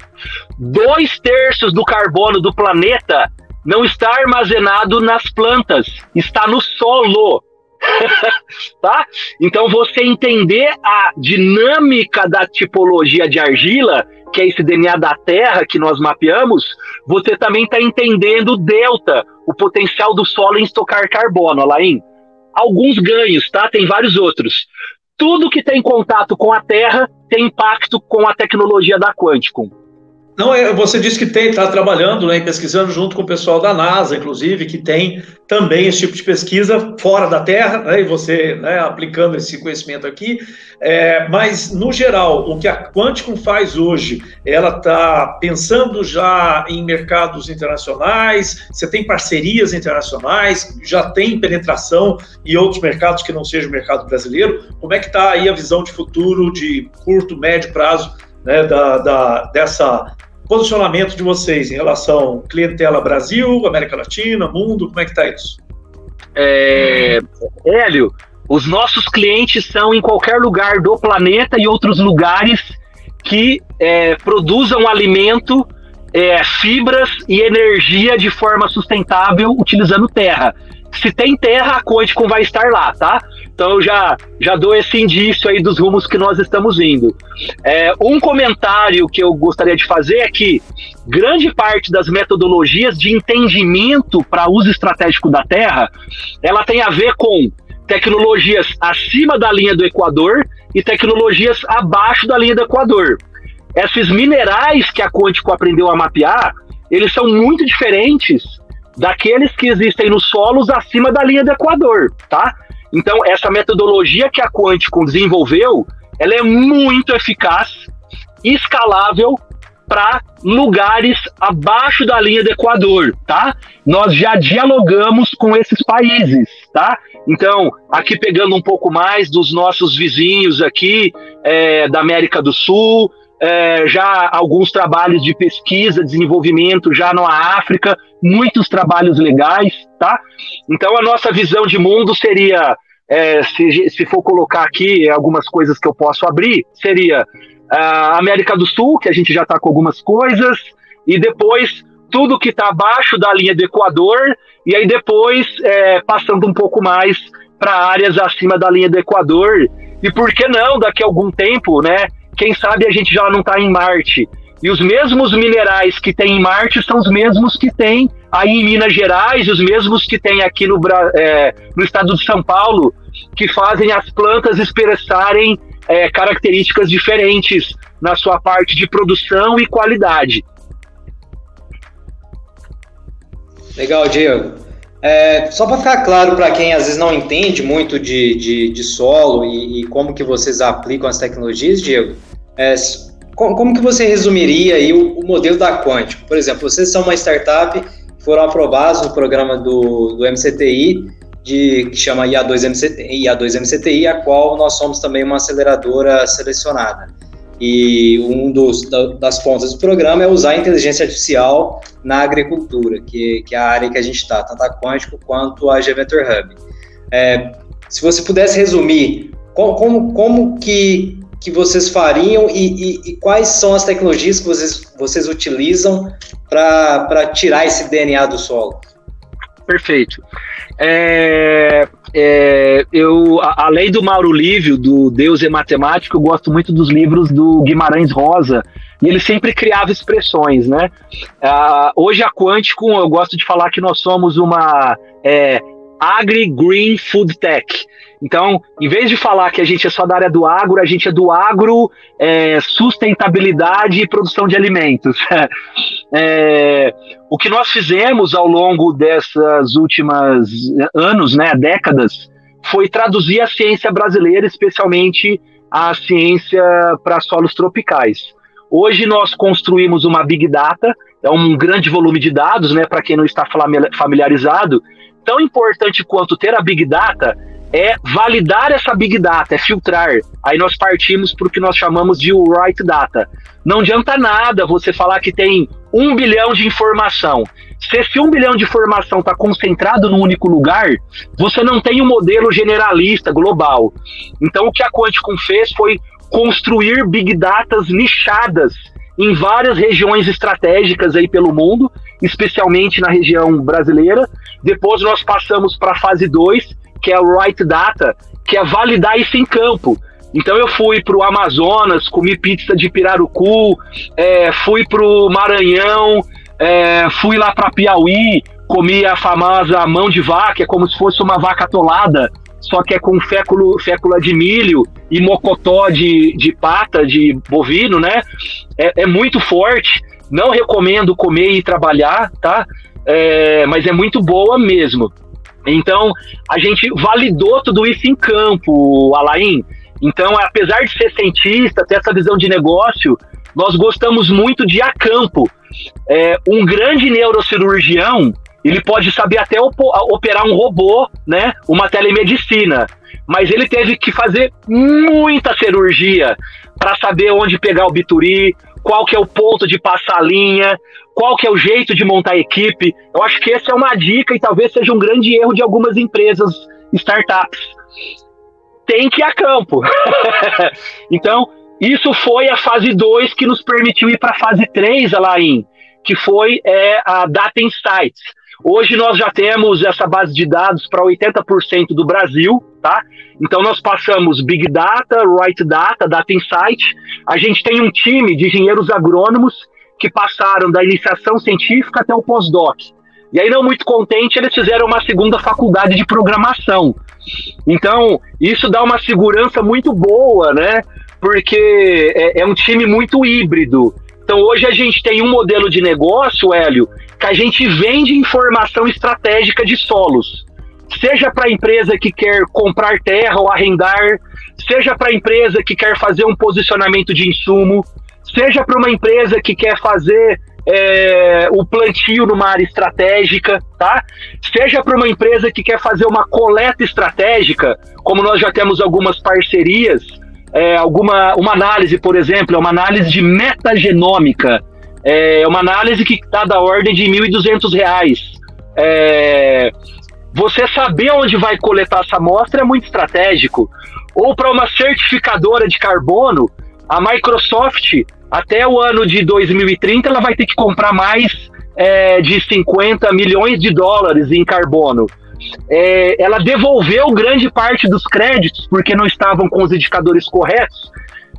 2/3 do carbono do planeta não está armazenado nas plantas, está no solo. Tá? Então, você entender a dinâmica da tipologia de argila, que é esse DNA da terra que nós mapeamos, você também está entendendo o delta, o potencial do solo em estocar carbono, Alain. Alguns ganhos, tá? Tem vários outros. Tudo que tem contato com a terra tem impacto com a tecnologia da Quanticum. Não, você disse que está trabalhando, né, pesquisando junto com o pessoal da NASA, inclusive, que tem também esse tipo de pesquisa fora da Terra, né, e você, né, aplicando esse conhecimento aqui. Mas, no geral, o que a Quanticum faz hoje, ela está pensando já em mercados internacionais, você tem parcerias internacionais, já tem penetração em outros mercados que não seja o mercado brasileiro. Como é que está aí a visão de futuro, de curto, médio prazo, né, dessa posicionamento de vocês em relação à clientela Brasil, América Latina, mundo, como é que está isso? Hélio, os nossos clientes são em qualquer lugar do planeta e outros lugares que produzam alimento, fibras e energia de forma sustentável utilizando terra. Se tem terra, a Quanticum vai estar lá, tá? Então eu já dou esse indício aí dos rumos que nós estamos indo. Um comentário que eu gostaria de fazer é que grande parte das metodologias de entendimento para uso estratégico da terra, ela tem a ver com tecnologias acima da linha do Equador e tecnologias abaixo da linha do Equador. Esses minerais que a Quanticum aprendeu a mapear, eles são muito diferentes daqueles que existem nos solos acima da linha do Equador, tá? Então, essa metodologia que a Quanticum desenvolveu, ela é muito eficaz, escalável para lugares abaixo da linha do Equador, tá? Nós já dialogamos com esses países, tá? Então, aqui pegando um pouco mais dos nossos vizinhos aqui, da América do Sul, já alguns trabalhos de pesquisa, desenvolvimento já na África, muitos trabalhos legais, tá? Então a nossa visão de mundo seria, se for colocar aqui algumas coisas que eu posso abrir, seria a América do Sul, que a gente já está com algumas coisas, e depois tudo que está abaixo da linha do Equador, e aí depois passando um pouco mais para áreas acima da linha do Equador, e por que não, daqui a algum tempo, né? Quem sabe a gente já não está em Marte. E os mesmos minerais que tem em Marte são os mesmos que tem aí em Minas Gerais, os mesmos que tem aqui no estado de São Paulo, que fazem as plantas expressarem características diferentes na sua parte de produção e qualidade. Legal, Diego. Só para ficar claro para quem às vezes não entende muito de solo e como que vocês aplicam as tecnologias, Diego, como que você resumiria aí o modelo da Quanticum? Por exemplo, vocês são uma startup que foram aprovados no programa do MCTI, que chama IA2MCTI, a qual nós somos também uma aceleradora selecionada. E das pontas do programa é usar a inteligência artificial na agricultura, que é a área que a gente está, tanto a Quanticum quanto a G-Venture Hub. Se você pudesse resumir, como que vocês fariam e quais são as tecnologias que vocês utilizam para tirar esse DNA do solo? Perfeito. Eu, além do Mauro Lívio, do Deus é Matemático, eu gosto muito dos livros do Guimarães Rosa, e ele sempre criava expressões, né? Hoje a Quanticum, eu gosto de falar que nós somos uma Agri-Green Food Tech. Então, em vez de falar que a gente é só da área do agro, a gente é do agro, sustentabilidade e produção de alimentos. O que nós fizemos ao longo dessas últimas anos, né, décadas, foi traduzir a ciência brasileira, especialmente a ciência para solos tropicais. Hoje nós construímos uma Big Data, é um grande volume de dados, né, para quem não está familiarizado. Tão importante quanto ter a Big Data é validar essa Big Data, é filtrar. Aí nós partimos para o que nós chamamos de Right Data. Não adianta nada você falar que tem 1 bilhão de informação. Se esse 1 bilhão de informação está concentrado num único lugar, você não tem um modelo generalista, global. Então o que a Quanticum fez foi construir Big Datas nichadas em várias regiões estratégicas aí pelo mundo, especialmente na região brasileira. Depois nós passamos para a fase 2, que é o Right Data, que é validar isso em campo. Então eu fui para o Amazonas, comi pizza de pirarucu, fui para o Maranhão, fui lá para Piauí, comi a famosa mão de vaca, é como se fosse uma vaca atolada, só que é com fécula de milho e mocotó de pata de bovino, né? É muito forte. não recomendo comer e trabalhar, tá? Mas é muito boa mesmo. Então, a gente validou tudo isso em campo, Alain. Então, apesar de ser cientista, ter essa visão de negócio, nós gostamos muito de ir a campo. Um grande neurocirurgião, ele pode saber até operar um robô, né? Uma telemedicina. Mas ele teve que fazer muita cirurgia para saber onde pegar o bisturi, qual que é o ponto de passar a linha, qual que é o jeito de montar a equipe. Eu acho que essa é uma dica e talvez seja um grande erro de algumas empresas, startups. Tem que ir a campo. Então, isso foi a fase 2 que nos permitiu ir para a fase 3, Alain, que foi a Data Insights. Hoje nós já temos essa base de dados para 80% do Brasil, tá? Então nós passamos Big Data, Right Data, Data Insight. A gente tem um time de engenheiros agrônomos que passaram da iniciação científica até o pós-doc. E aí, não muito contente, eles fizeram uma segunda faculdade de programação. Então, isso dá uma segurança muito boa, né? Porque é um time muito híbrido. Então, hoje a gente tem um modelo de negócio, Hélio, que a gente vende informação estratégica de solos. Seja para a empresa que quer comprar terra ou arrendar, seja para a empresa que quer fazer um posicionamento de insumo, seja para uma empresa que quer fazer o plantio numa área estratégica, tá? Seja para uma empresa que quer fazer uma coleta estratégica, como nós já temos algumas parcerias, uma análise, por exemplo, é uma análise de metagenômica, uma análise que está da ordem de R$ 1.200. Você saber onde vai coletar essa amostra é muito estratégico. Ou para uma certificadora de carbono, a Microsoft, até o ano de 2030, ela vai ter que comprar mais de 50 milhões de dólares em carbono. Ela devolveu grande parte dos créditos, porque não estavam com os indicadores corretos.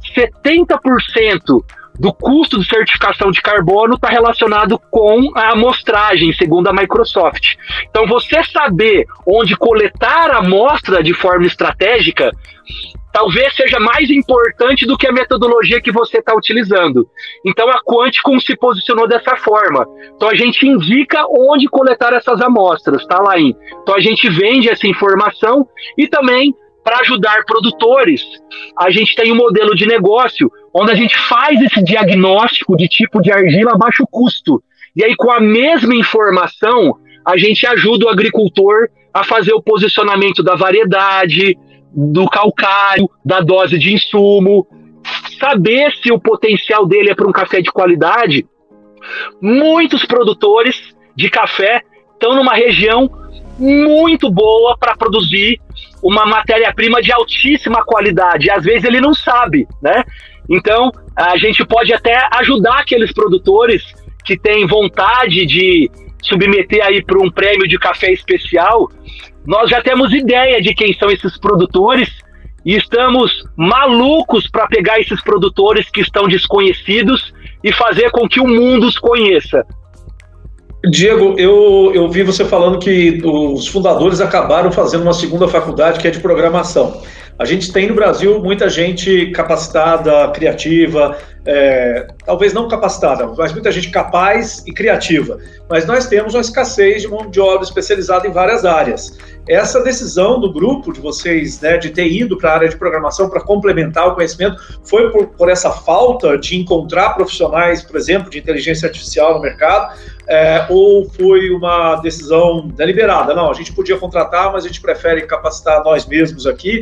70% do custo de certificação de carbono está relacionado com a amostragem, segundo a Microsoft. Então, você saber onde coletar a amostra de forma estratégica talvez seja mais importante do que a metodologia que você está utilizando. Então, a Quanticum se posicionou dessa forma. Então, a gente indica onde coletar essas amostras, tá, Lain? Então, a gente vende essa informação e também, para ajudar produtores, a gente tem um modelo de negócio onde a gente faz esse diagnóstico de tipo de argila a baixo custo. E aí, com a mesma informação, a gente ajuda o agricultor a fazer o posicionamento da variedade, do calcário, da dose de insumo, saber se o potencial dele é para um café de qualidade. Muitos produtores de café estão numa região muito boa para produzir uma matéria-prima de altíssima qualidade, e às vezes ele não sabe, né? Então, a gente pode até ajudar aqueles produtores que têm vontade de submeter aí para um prêmio de café especial. Nós já temos ideia de quem são esses produtores e estamos malucos para pegar esses produtores que estão desconhecidos e fazer com que o mundo os conheça. Diego, eu vi você falando que os fundadores acabaram fazendo uma segunda faculdade que é de programação. A gente tem no Brasil muita gente capacitada, criativa, talvez não capacitada, mas muita gente capaz e criativa. Mas nós temos uma escassez de mão de obra especializada em várias áreas. Essa decisão do grupo de vocês, né, de ter ido para a área de programação para complementar o conhecimento, foi por essa falta de encontrar profissionais, por exemplo, de inteligência artificial no mercado, ou foi uma decisão deliberada? Não, a gente podia contratar, mas a gente prefere capacitar nós mesmos aqui.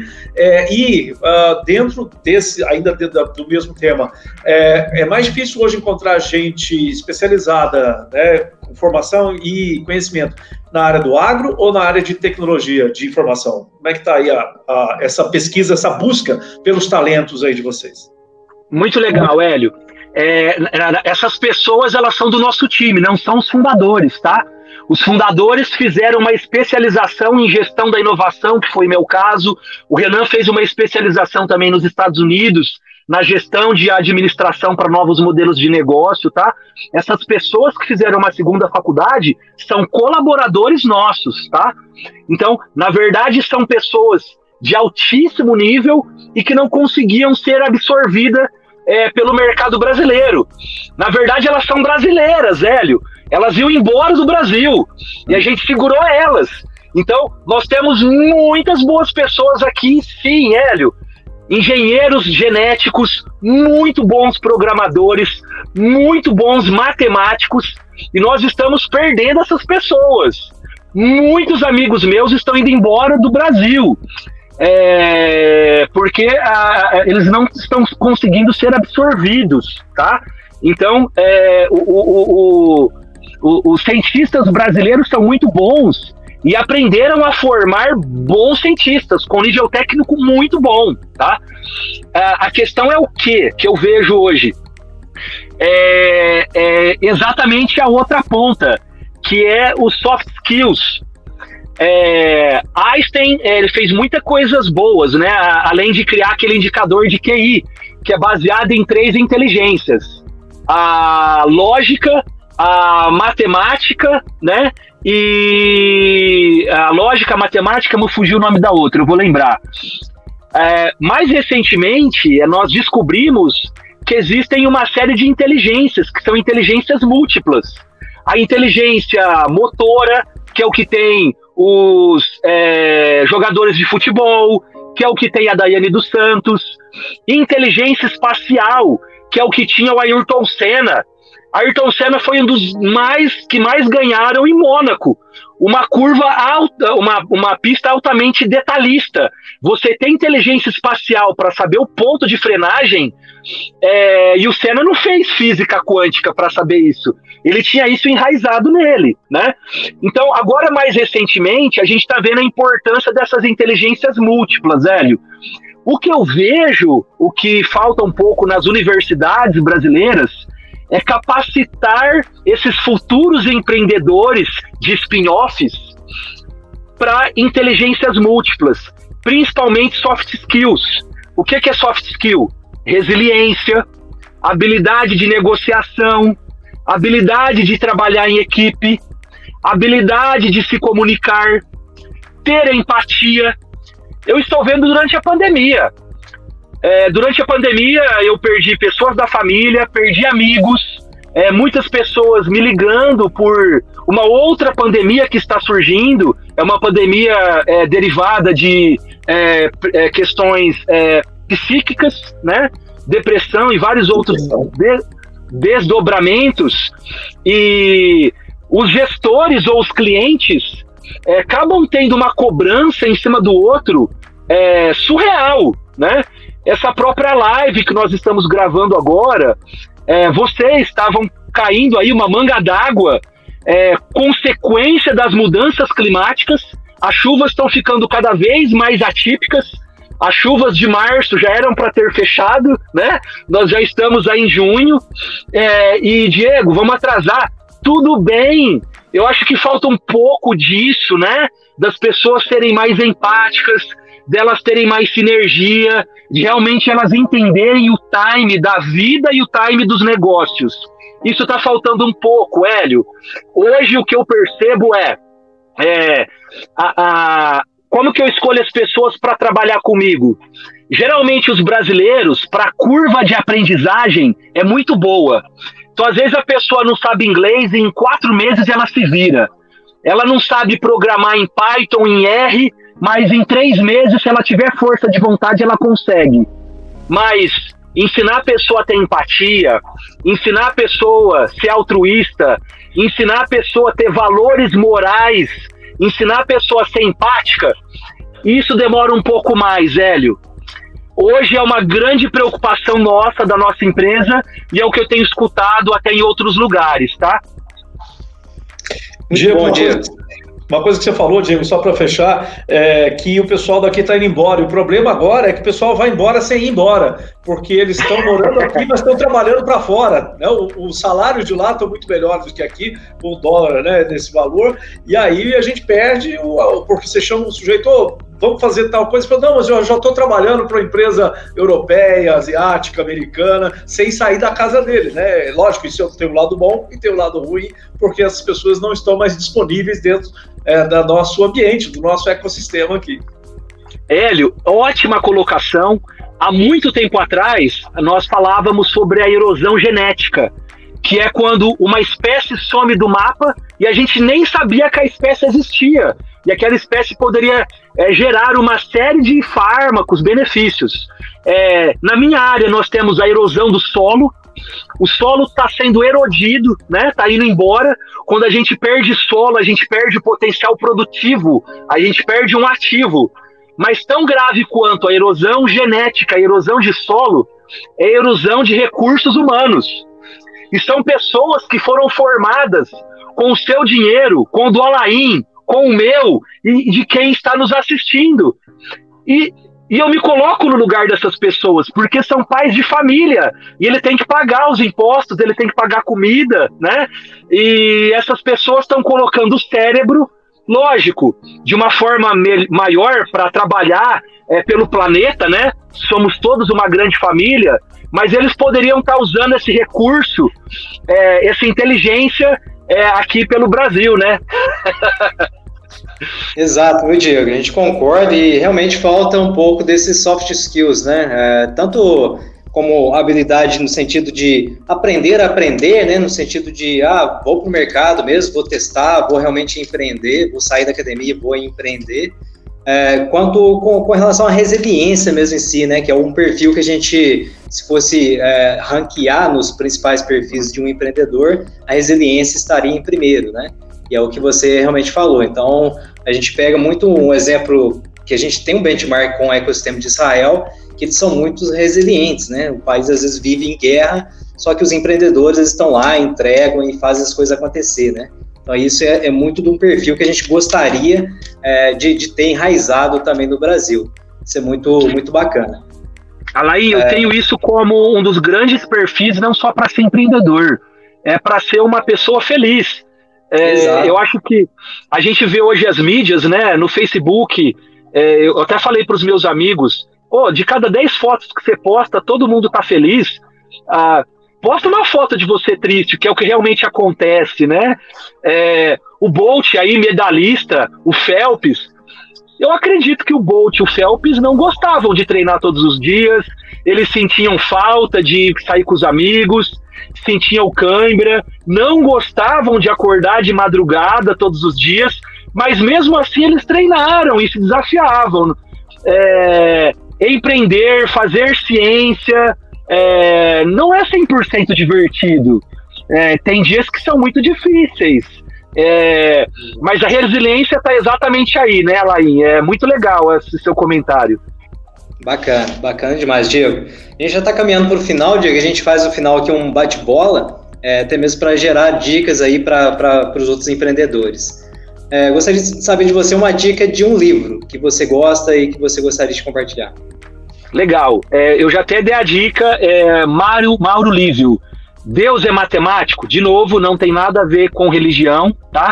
Dentro desse, ainda do mesmo tema, é mais difícil hoje encontrar gente especializada, né, com formação e conhecimento na área do agro ou na área de tecnologia de informação? Como é que está aí essa pesquisa, essa busca pelos talentos aí de vocês? Muito legal, Hélio. Essas pessoas, elas são do nosso time, não são os fundadores, tá? Os fundadores fizeram uma especialização em gestão da inovação, que foi meu caso. O Renan fez uma especialização também nos Estados Unidos, na gestão de administração para novos modelos de negócio, tá? Essas pessoas que fizeram uma segunda faculdade são colaboradores nossos, tá? Então, na verdade, são pessoas de altíssimo nível e que não conseguiam ser absorvidas pelo mercado brasileiro. Na verdade, elas são brasileiras, Hélio. Elas iam embora do Brasil e a gente segurou elas. Então, nós temos muitas boas pessoas aqui, sim, Hélio. Engenheiros genéticos, muito bons programadores, muito bons matemáticos, e nós estamos perdendo essas pessoas. Muitos amigos meus estão indo embora do Brasil, porque eles não estão conseguindo ser absorvidos, tá? Então, os cientistas brasileiros são muito bons e aprenderam a formar bons cientistas com nível técnico muito bom, tá? A questão é o que eu vejo hoje. Exatamente a outra ponta, que é os soft skills. Einstein, ele fez muitas coisas boas, né? Além de criar aquele indicador de QI, que é baseado em 3 inteligências: a lógica, a matemática, né? E a lógica, a matemática, me fugiu o nome da outra, eu vou lembrar. Mais recentemente, nós descobrimos que existem uma série de inteligências, que são inteligências múltiplas. A inteligência motora, que é o que tem os jogadores de futebol, que é o que tem a Daiane dos Santos. Inteligência espacial, que é o que tinha o Ayrton Senna. Ayrton Senna foi um dos que mais ganharam em Mônaco. Uma curva alta, uma pista altamente detalhista. Você tem inteligência espacial para saber o ponto de frenagem, e o Senna não fez física quântica para saber isso. Ele tinha isso enraizado nele, né? Então, agora, mais recentemente, a gente está vendo a importância dessas inteligências múltiplas, Hélio. O que eu vejo, o que falta um pouco nas universidades brasileiras, é capacitar esses futuros empreendedores de spin-offs para inteligências múltiplas, principalmente soft skills. O que é soft skill? Resiliência, habilidade de negociação, habilidade de trabalhar em equipe, habilidade de se comunicar, ter empatia. Eu estou vendo durante a pandemia. Durante a pandemia, eu perdi pessoas da família, perdi amigos, muitas pessoas me ligando por uma outra pandemia que está surgindo. É uma pandemia derivada de questões psíquicas, né? Depressão e vários outros desdobramentos. E os gestores ou os clientes acabam tendo uma cobrança em cima do outro surreal, né? Essa própria live que nós estamos gravando agora, vocês estavam caindo aí uma manga d'água, consequência das mudanças climáticas. As chuvas estão ficando cada vez mais atípicas. As chuvas de março já eram para ter fechado, né? Nós já estamos aí em junho. E, Diego, vamos atrasar. Tudo bem. Eu acho que falta um pouco disso, né? Das pessoas serem mais empáticas, delas terem mais sinergia, de realmente elas entenderem o time da vida e o time dos negócios. Isso está faltando um pouco, Hélio. Hoje o que eu percebo como que eu escolho as pessoas para trabalhar comigo? Geralmente os brasileiros, para a curva de aprendizagem, é muito boa. Então, às vezes a pessoa não sabe inglês e em 4 meses ela se vira. Ela não sabe programar em Python, em R, mas em 3 meses, se ela tiver força de vontade, ela consegue. Mas ensinar a pessoa a ter empatia, ensinar a pessoa a ser altruísta, ensinar a pessoa a ter valores morais, ensinar a pessoa a ser empática, isso demora um pouco mais, Hélio. Hoje é uma grande preocupação nossa, da nossa empresa, e é o que eu tenho escutado até em outros lugares, tá? Diego, uma coisa que você falou, Diego, só para fechar, que o pessoal daqui está indo embora. E o problema agora é que o pessoal vai embora sem ir embora, porque eles estão morando aqui, mas estão trabalhando para fora, né? Os salários de lá estão muito melhores do que aqui, com o dólar, né, nesse valor, e aí a gente perde, porque você chama um sujeito, vamos fazer tal coisa, fala, não, mas eu já estou trabalhando para uma empresa europeia, asiática, americana, sem sair da casa dele, né? Lógico, isso tem um lado bom e tem um lado ruim, porque essas pessoas não estão mais disponíveis dentro do nosso ambiente, do nosso ecossistema aqui. Hélio, ótima colocação, há muito tempo atrás, nós falávamos sobre a erosão genética, que é quando uma espécie some do mapa e a gente nem sabia que a espécie existia. E aquela espécie poderia gerar uma série de fármacos, benefícios. Na minha área, nós temos a erosão do solo. O solo está sendo erodido, né? Está indo embora. Quando a gente perde solo, a gente perde potencial produtivo, a gente perde um ativo. Mas tão grave quanto a erosão genética, a erosão de solo, é a erosão de recursos humanos. E são pessoas que foram formadas com o seu dinheiro, com o do Alain, com o meu e de quem está nos assistindo. E eu me coloco no lugar dessas pessoas, porque são pais de família, e ele tem que pagar os impostos, ele tem que pagar comida, né? E essas pessoas estão colocando o cérebro, lógico, de uma forma maior para trabalhar pelo planeta, né? Somos todos uma grande família, mas eles poderiam estar usando esse recurso, essa inteligência aqui pelo Brasil, né? Exato, meu Diego, a gente concorda e realmente falta um pouco desses soft skills, né? Tanto como habilidade no sentido de aprender a aprender, né? No sentido de, vou para o mercado mesmo, vou testar, vou realmente empreender, vou sair da academia, vou empreender, quanto com relação à resiliência mesmo em si, né? Que é um perfil que a gente, se fosse ranquear nos principais perfis de um empreendedor, a resiliência estaria em primeiro, né? E é o que você realmente falou. Então, a gente pega muito um exemplo que a gente tem um benchmark com o ecossistema de Israel, que eles são muito resilientes, né? O país às vezes vive em guerra, só que os empreendedores eles estão lá, entregam e fazem as coisas acontecer, né? Então, isso é muito de um perfil que a gente gostaria de ter enraizado também no Brasil. Isso é muito, muito bacana. Alain, eu tenho isso como um dos grandes perfis, não só para ser empreendedor, é para ser uma pessoa feliz. Eu acho que a gente vê hoje as mídias, né, no Facebook, eu até falei para os meus amigos, de cada 10 fotos que você posta, todo mundo tá feliz, posta uma foto de você triste, que é o que realmente acontece, né? O Bolt aí, medalhista, o Phelps, eu acredito que o Bolt e o Phelps não gostavam de treinar todos os dias, eles sentiam falta de sair com os amigos, sentiam cãibra, não gostavam de acordar de madrugada todos os dias, mas mesmo assim eles treinaram e se desafiavam. Empreender, fazer ciência, não é 100% divertido. Tem dias que são muito difíceis. Mas a resiliência está exatamente aí, né, Alain? É muito legal esse seu comentário. Bacana demais, Diego. A gente já está caminhando para o final, Diego. A gente faz o final aqui um bate-bola, até mesmo para gerar dicas aí para os outros empreendedores. Gostaria de saber de você uma dica de um livro que você gosta e que você gostaria de compartilhar. Legal. Eu já até dei a dica, Mauro Lívio. Deus é matemático? De novo, não tem nada a ver com religião, tá?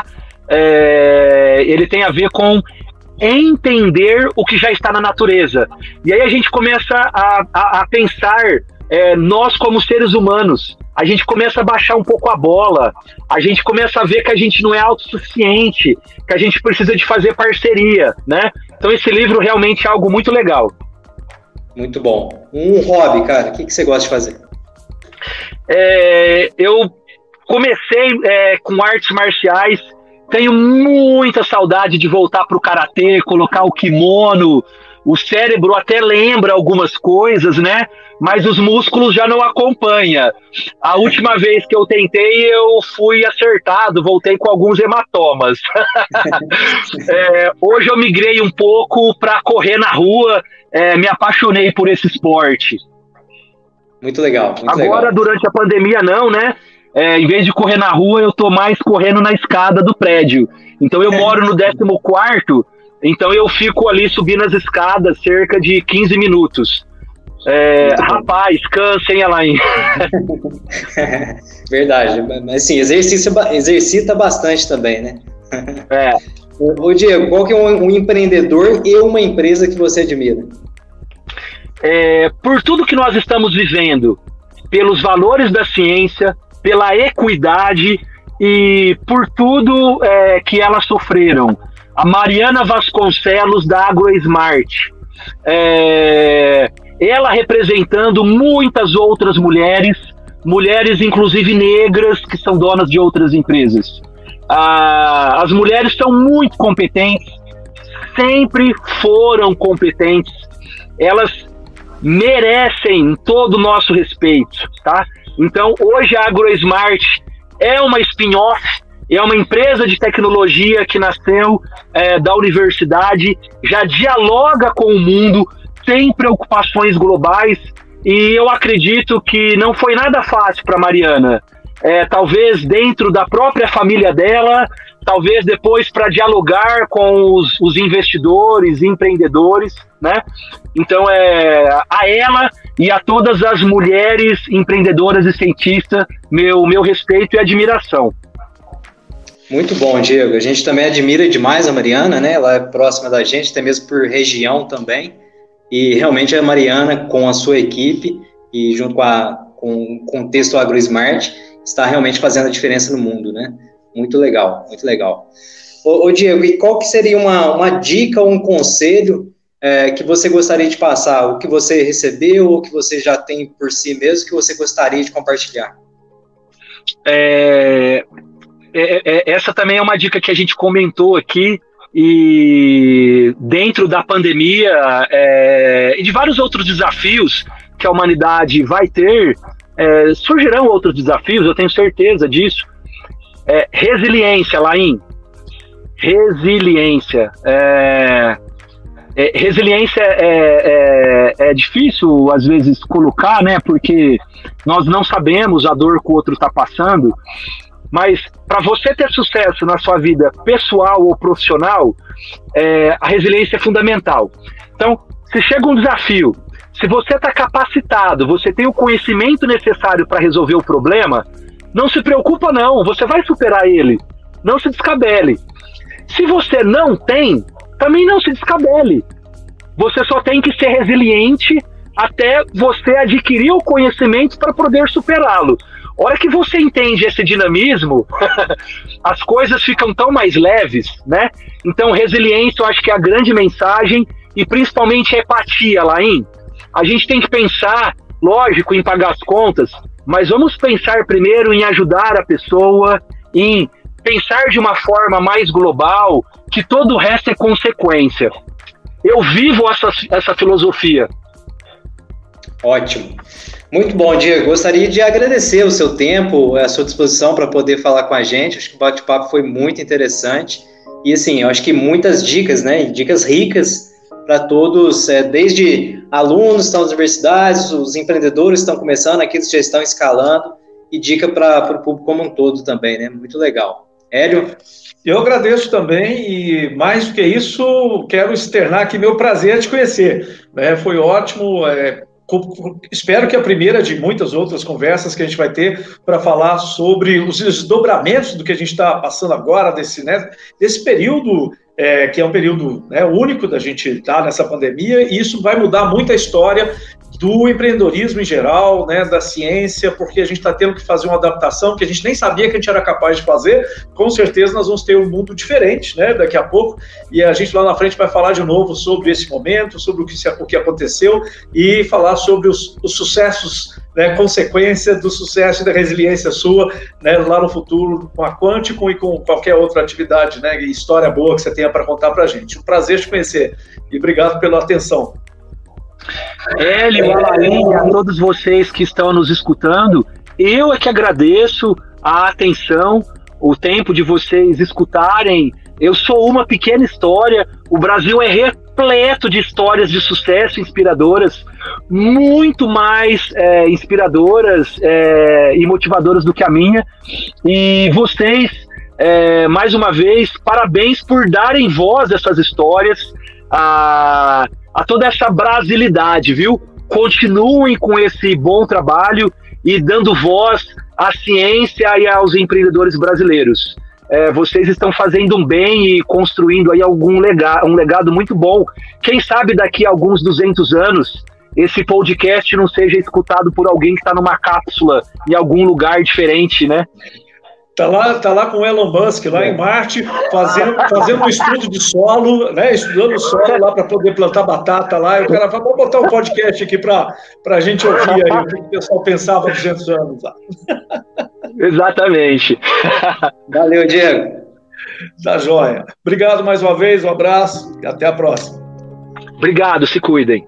Ele tem a ver com entender o que já está na natureza. E aí a gente começa a pensar, nós como seres humanos, a gente começa a baixar um pouco a bola, a gente começa a ver que a gente não é autossuficiente, que a gente precisa de fazer parceria, né? Então esse livro realmente é algo muito legal. Muito bom. Um hobby, cara, o que você gosta de fazer? Eu comecei com artes marciais, tenho muita saudade de voltar para o karatê, colocar o kimono, o cérebro até lembra algumas coisas, né? Mas os músculos já não acompanham. A última vez que eu tentei, eu fui acertado, voltei com alguns hematomas. Hoje eu migrei um pouco para correr na rua, me apaixonei por esse esporte. Muito legal. Agora, durante a pandemia, não, né? Em vez de correr na rua, eu tô mais correndo na escada do prédio. Então eu moro no 14º, então eu fico ali subindo as escadas cerca de 15 minutos. Rapaz, cansa, hein, Alain? Verdade, mas sim, exercita bastante também, né? Ô Diego, qual que é um empreendedor e uma empresa que você admira? Por tudo que nós estamos vivendo, pelos valores da ciência, pela equidade e por tudo que elas sofreram. A Mariana Vasconcelos, da AgroSmart. ela representando muitas outras mulheres inclusive negras, que são donas de outras empresas. As mulheres são muito competentes, sempre foram competentes, elas merecem todo o nosso respeito, tá? Então, hoje a AgroSmart é uma spin-off, é uma empresa de tecnologia que nasceu da universidade, já dialoga com o mundo, tem preocupações globais, e eu acredito que não foi nada fácil para Mariana. Talvez dentro da própria família dela, talvez depois para dialogar com os investidores, empreendedores, né? Então, a ela e a todas as mulheres empreendedoras e cientistas, meu respeito e admiração. Muito bom, Diego. A gente também admira demais a Mariana, né? Ela é próxima da gente, até mesmo por região também. E realmente a Mariana, com a sua equipe e junto com o contexto AgroSmart, está realmente fazendo a diferença no mundo, né? Muito legal, muito legal. Ô Diego, e qual que seria uma dica ou um conselho que você gostaria de passar? O que você recebeu ou que você já tem por si mesmo que você gostaria de compartilhar? Essa também é uma dica que a gente comentou aqui, e dentro da pandemia e de vários outros desafios que a humanidade vai ter, surgirão outros desafios, eu tenho certeza disso. Resiliência, Laim. Resiliência. Resiliência é difícil, às vezes, colocar, né? Porque nós não sabemos a dor que o outro está passando. Mas para você ter sucesso na sua vida pessoal ou profissional, a resiliência é fundamental. Então, se chega um desafio, se você está capacitado, você tem o conhecimento necessário para resolver o problema, não se preocupa não, você vai superar ele. Não se descabele. Se você não tem, também não se descabele. Você só tem que ser resiliente até você adquirir o conhecimento para poder superá-lo. A hora que você entende esse dinamismo, as coisas ficam tão mais leves, né? Então, resiliência, eu acho que é a grande mensagem, e principalmente a empatia, Laim. A gente tem que pensar, lógico, em pagar as contas, mas vamos pensar primeiro em ajudar a pessoa, em pensar de uma forma mais global, que todo o resto é consequência. Eu vivo essa filosofia. Ótimo. Muito bom, Diego. Gostaria de agradecer o seu tempo, a sua disposição para poder falar com a gente. Acho que o bate-papo foi muito interessante. E, assim, eu acho que muitas dicas, né? Dicas ricas para todos, desde alunos que estão nas universidades, os empreendedores que estão começando, aqueles que já estão escalando, e dica para o público como um todo também, né? Muito legal. Hélio? Eu agradeço também, e mais do que isso, quero externar aqui meu prazer de conhecer. Né? Foi ótimo. Espero que a primeira de muitas outras conversas que a gente vai ter para falar sobre os desdobramentos do que a gente está passando agora, desse período, que é um período, né, único da gente estar nessa pandemia, e isso vai mudar muito a história do empreendedorismo em geral, né, da ciência, porque a gente está tendo que fazer uma adaptação que a gente nem sabia que a gente era capaz de fazer. Com certeza nós vamos ter um mundo diferente, né, daqui a pouco, e a gente lá na frente vai falar de novo sobre esse momento, sobre o que aconteceu, e falar sobre os sucessos, né, consequência do sucesso e da resiliência sua, né, lá no futuro, com a Quanticum e com qualquer outra atividade, né, e história boa que você tenha para contar para a gente. Um prazer te conhecer, e obrigado pela atenção. Hélio, Alain, a todos vocês que estão nos escutando, eu é que agradeço a atenção, o tempo de vocês escutarem. Eu sou uma pequena história, o Brasil é repleto de histórias de sucesso inspiradoras, muito mais inspiradoras e motivadoras do que a minha, e vocês, mais uma vez, parabéns por darem voz a essas histórias, a toda essa brasilidade, viu? Continuem com esse bom trabalho e dando voz à ciência e aos empreendedores brasileiros. Vocês estão fazendo um bem e construindo aí um legado muito bom. Quem sabe daqui a alguns 200 anos esse podcast não seja escutado por alguém que está numa cápsula em algum lugar diferente, né? Tá lá com o Elon Musk, lá em Marte, fazendo um estudo de solo, né? Estudando o solo lá para poder plantar batata lá. E o cara fala, vamos botar um podcast aqui para a gente ouvir aí o que o pessoal pensava há 200 anos lá. Exatamente. Valeu, Diego. Tá joia. Obrigado mais uma vez, um abraço e até a próxima. Obrigado, se cuidem.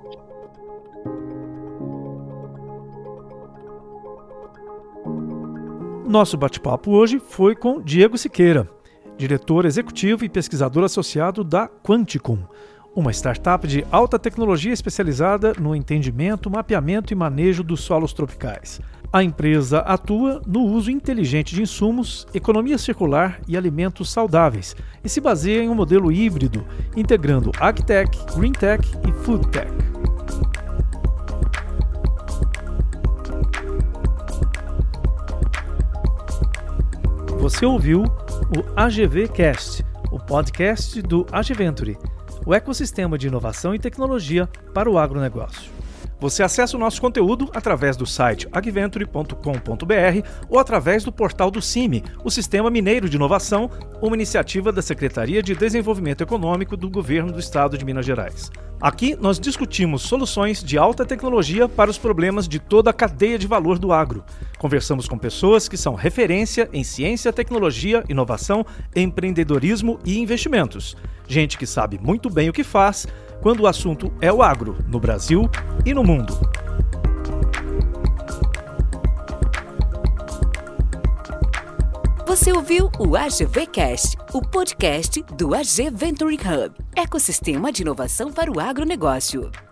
Nosso bate-papo hoje foi com Diego Siqueira, diretor executivo e pesquisador associado da Quanticum, uma startup de alta tecnologia especializada no entendimento, mapeamento e manejo dos solos tropicais. A empresa atua no uso inteligente de insumos, economia circular e alimentos saudáveis e se baseia em um modelo híbrido, integrando AgTech, GreenTech e FoodTech. Você ouviu o AGV Cast, o podcast do AgVenture, o ecossistema de inovação e tecnologia para o agronegócio. Você acessa o nosso conteúdo através do site agventure.com.br ou através do portal do CIMI, o Sistema Mineiro de Inovação, uma iniciativa da Secretaria de Desenvolvimento Econômico do Governo do Estado de Minas Gerais. Aqui nós discutimos soluções de alta tecnologia para os problemas de toda a cadeia de valor do agro. Conversamos com pessoas que são referência em ciência, tecnologia, inovação, empreendedorismo e investimentos. Gente que sabe muito bem o que faz quando o assunto é o agro, no Brasil e no mundo. Você ouviu o AGVcast, o podcast do AG Venture Hub, ecossistema de inovação para o agronegócio.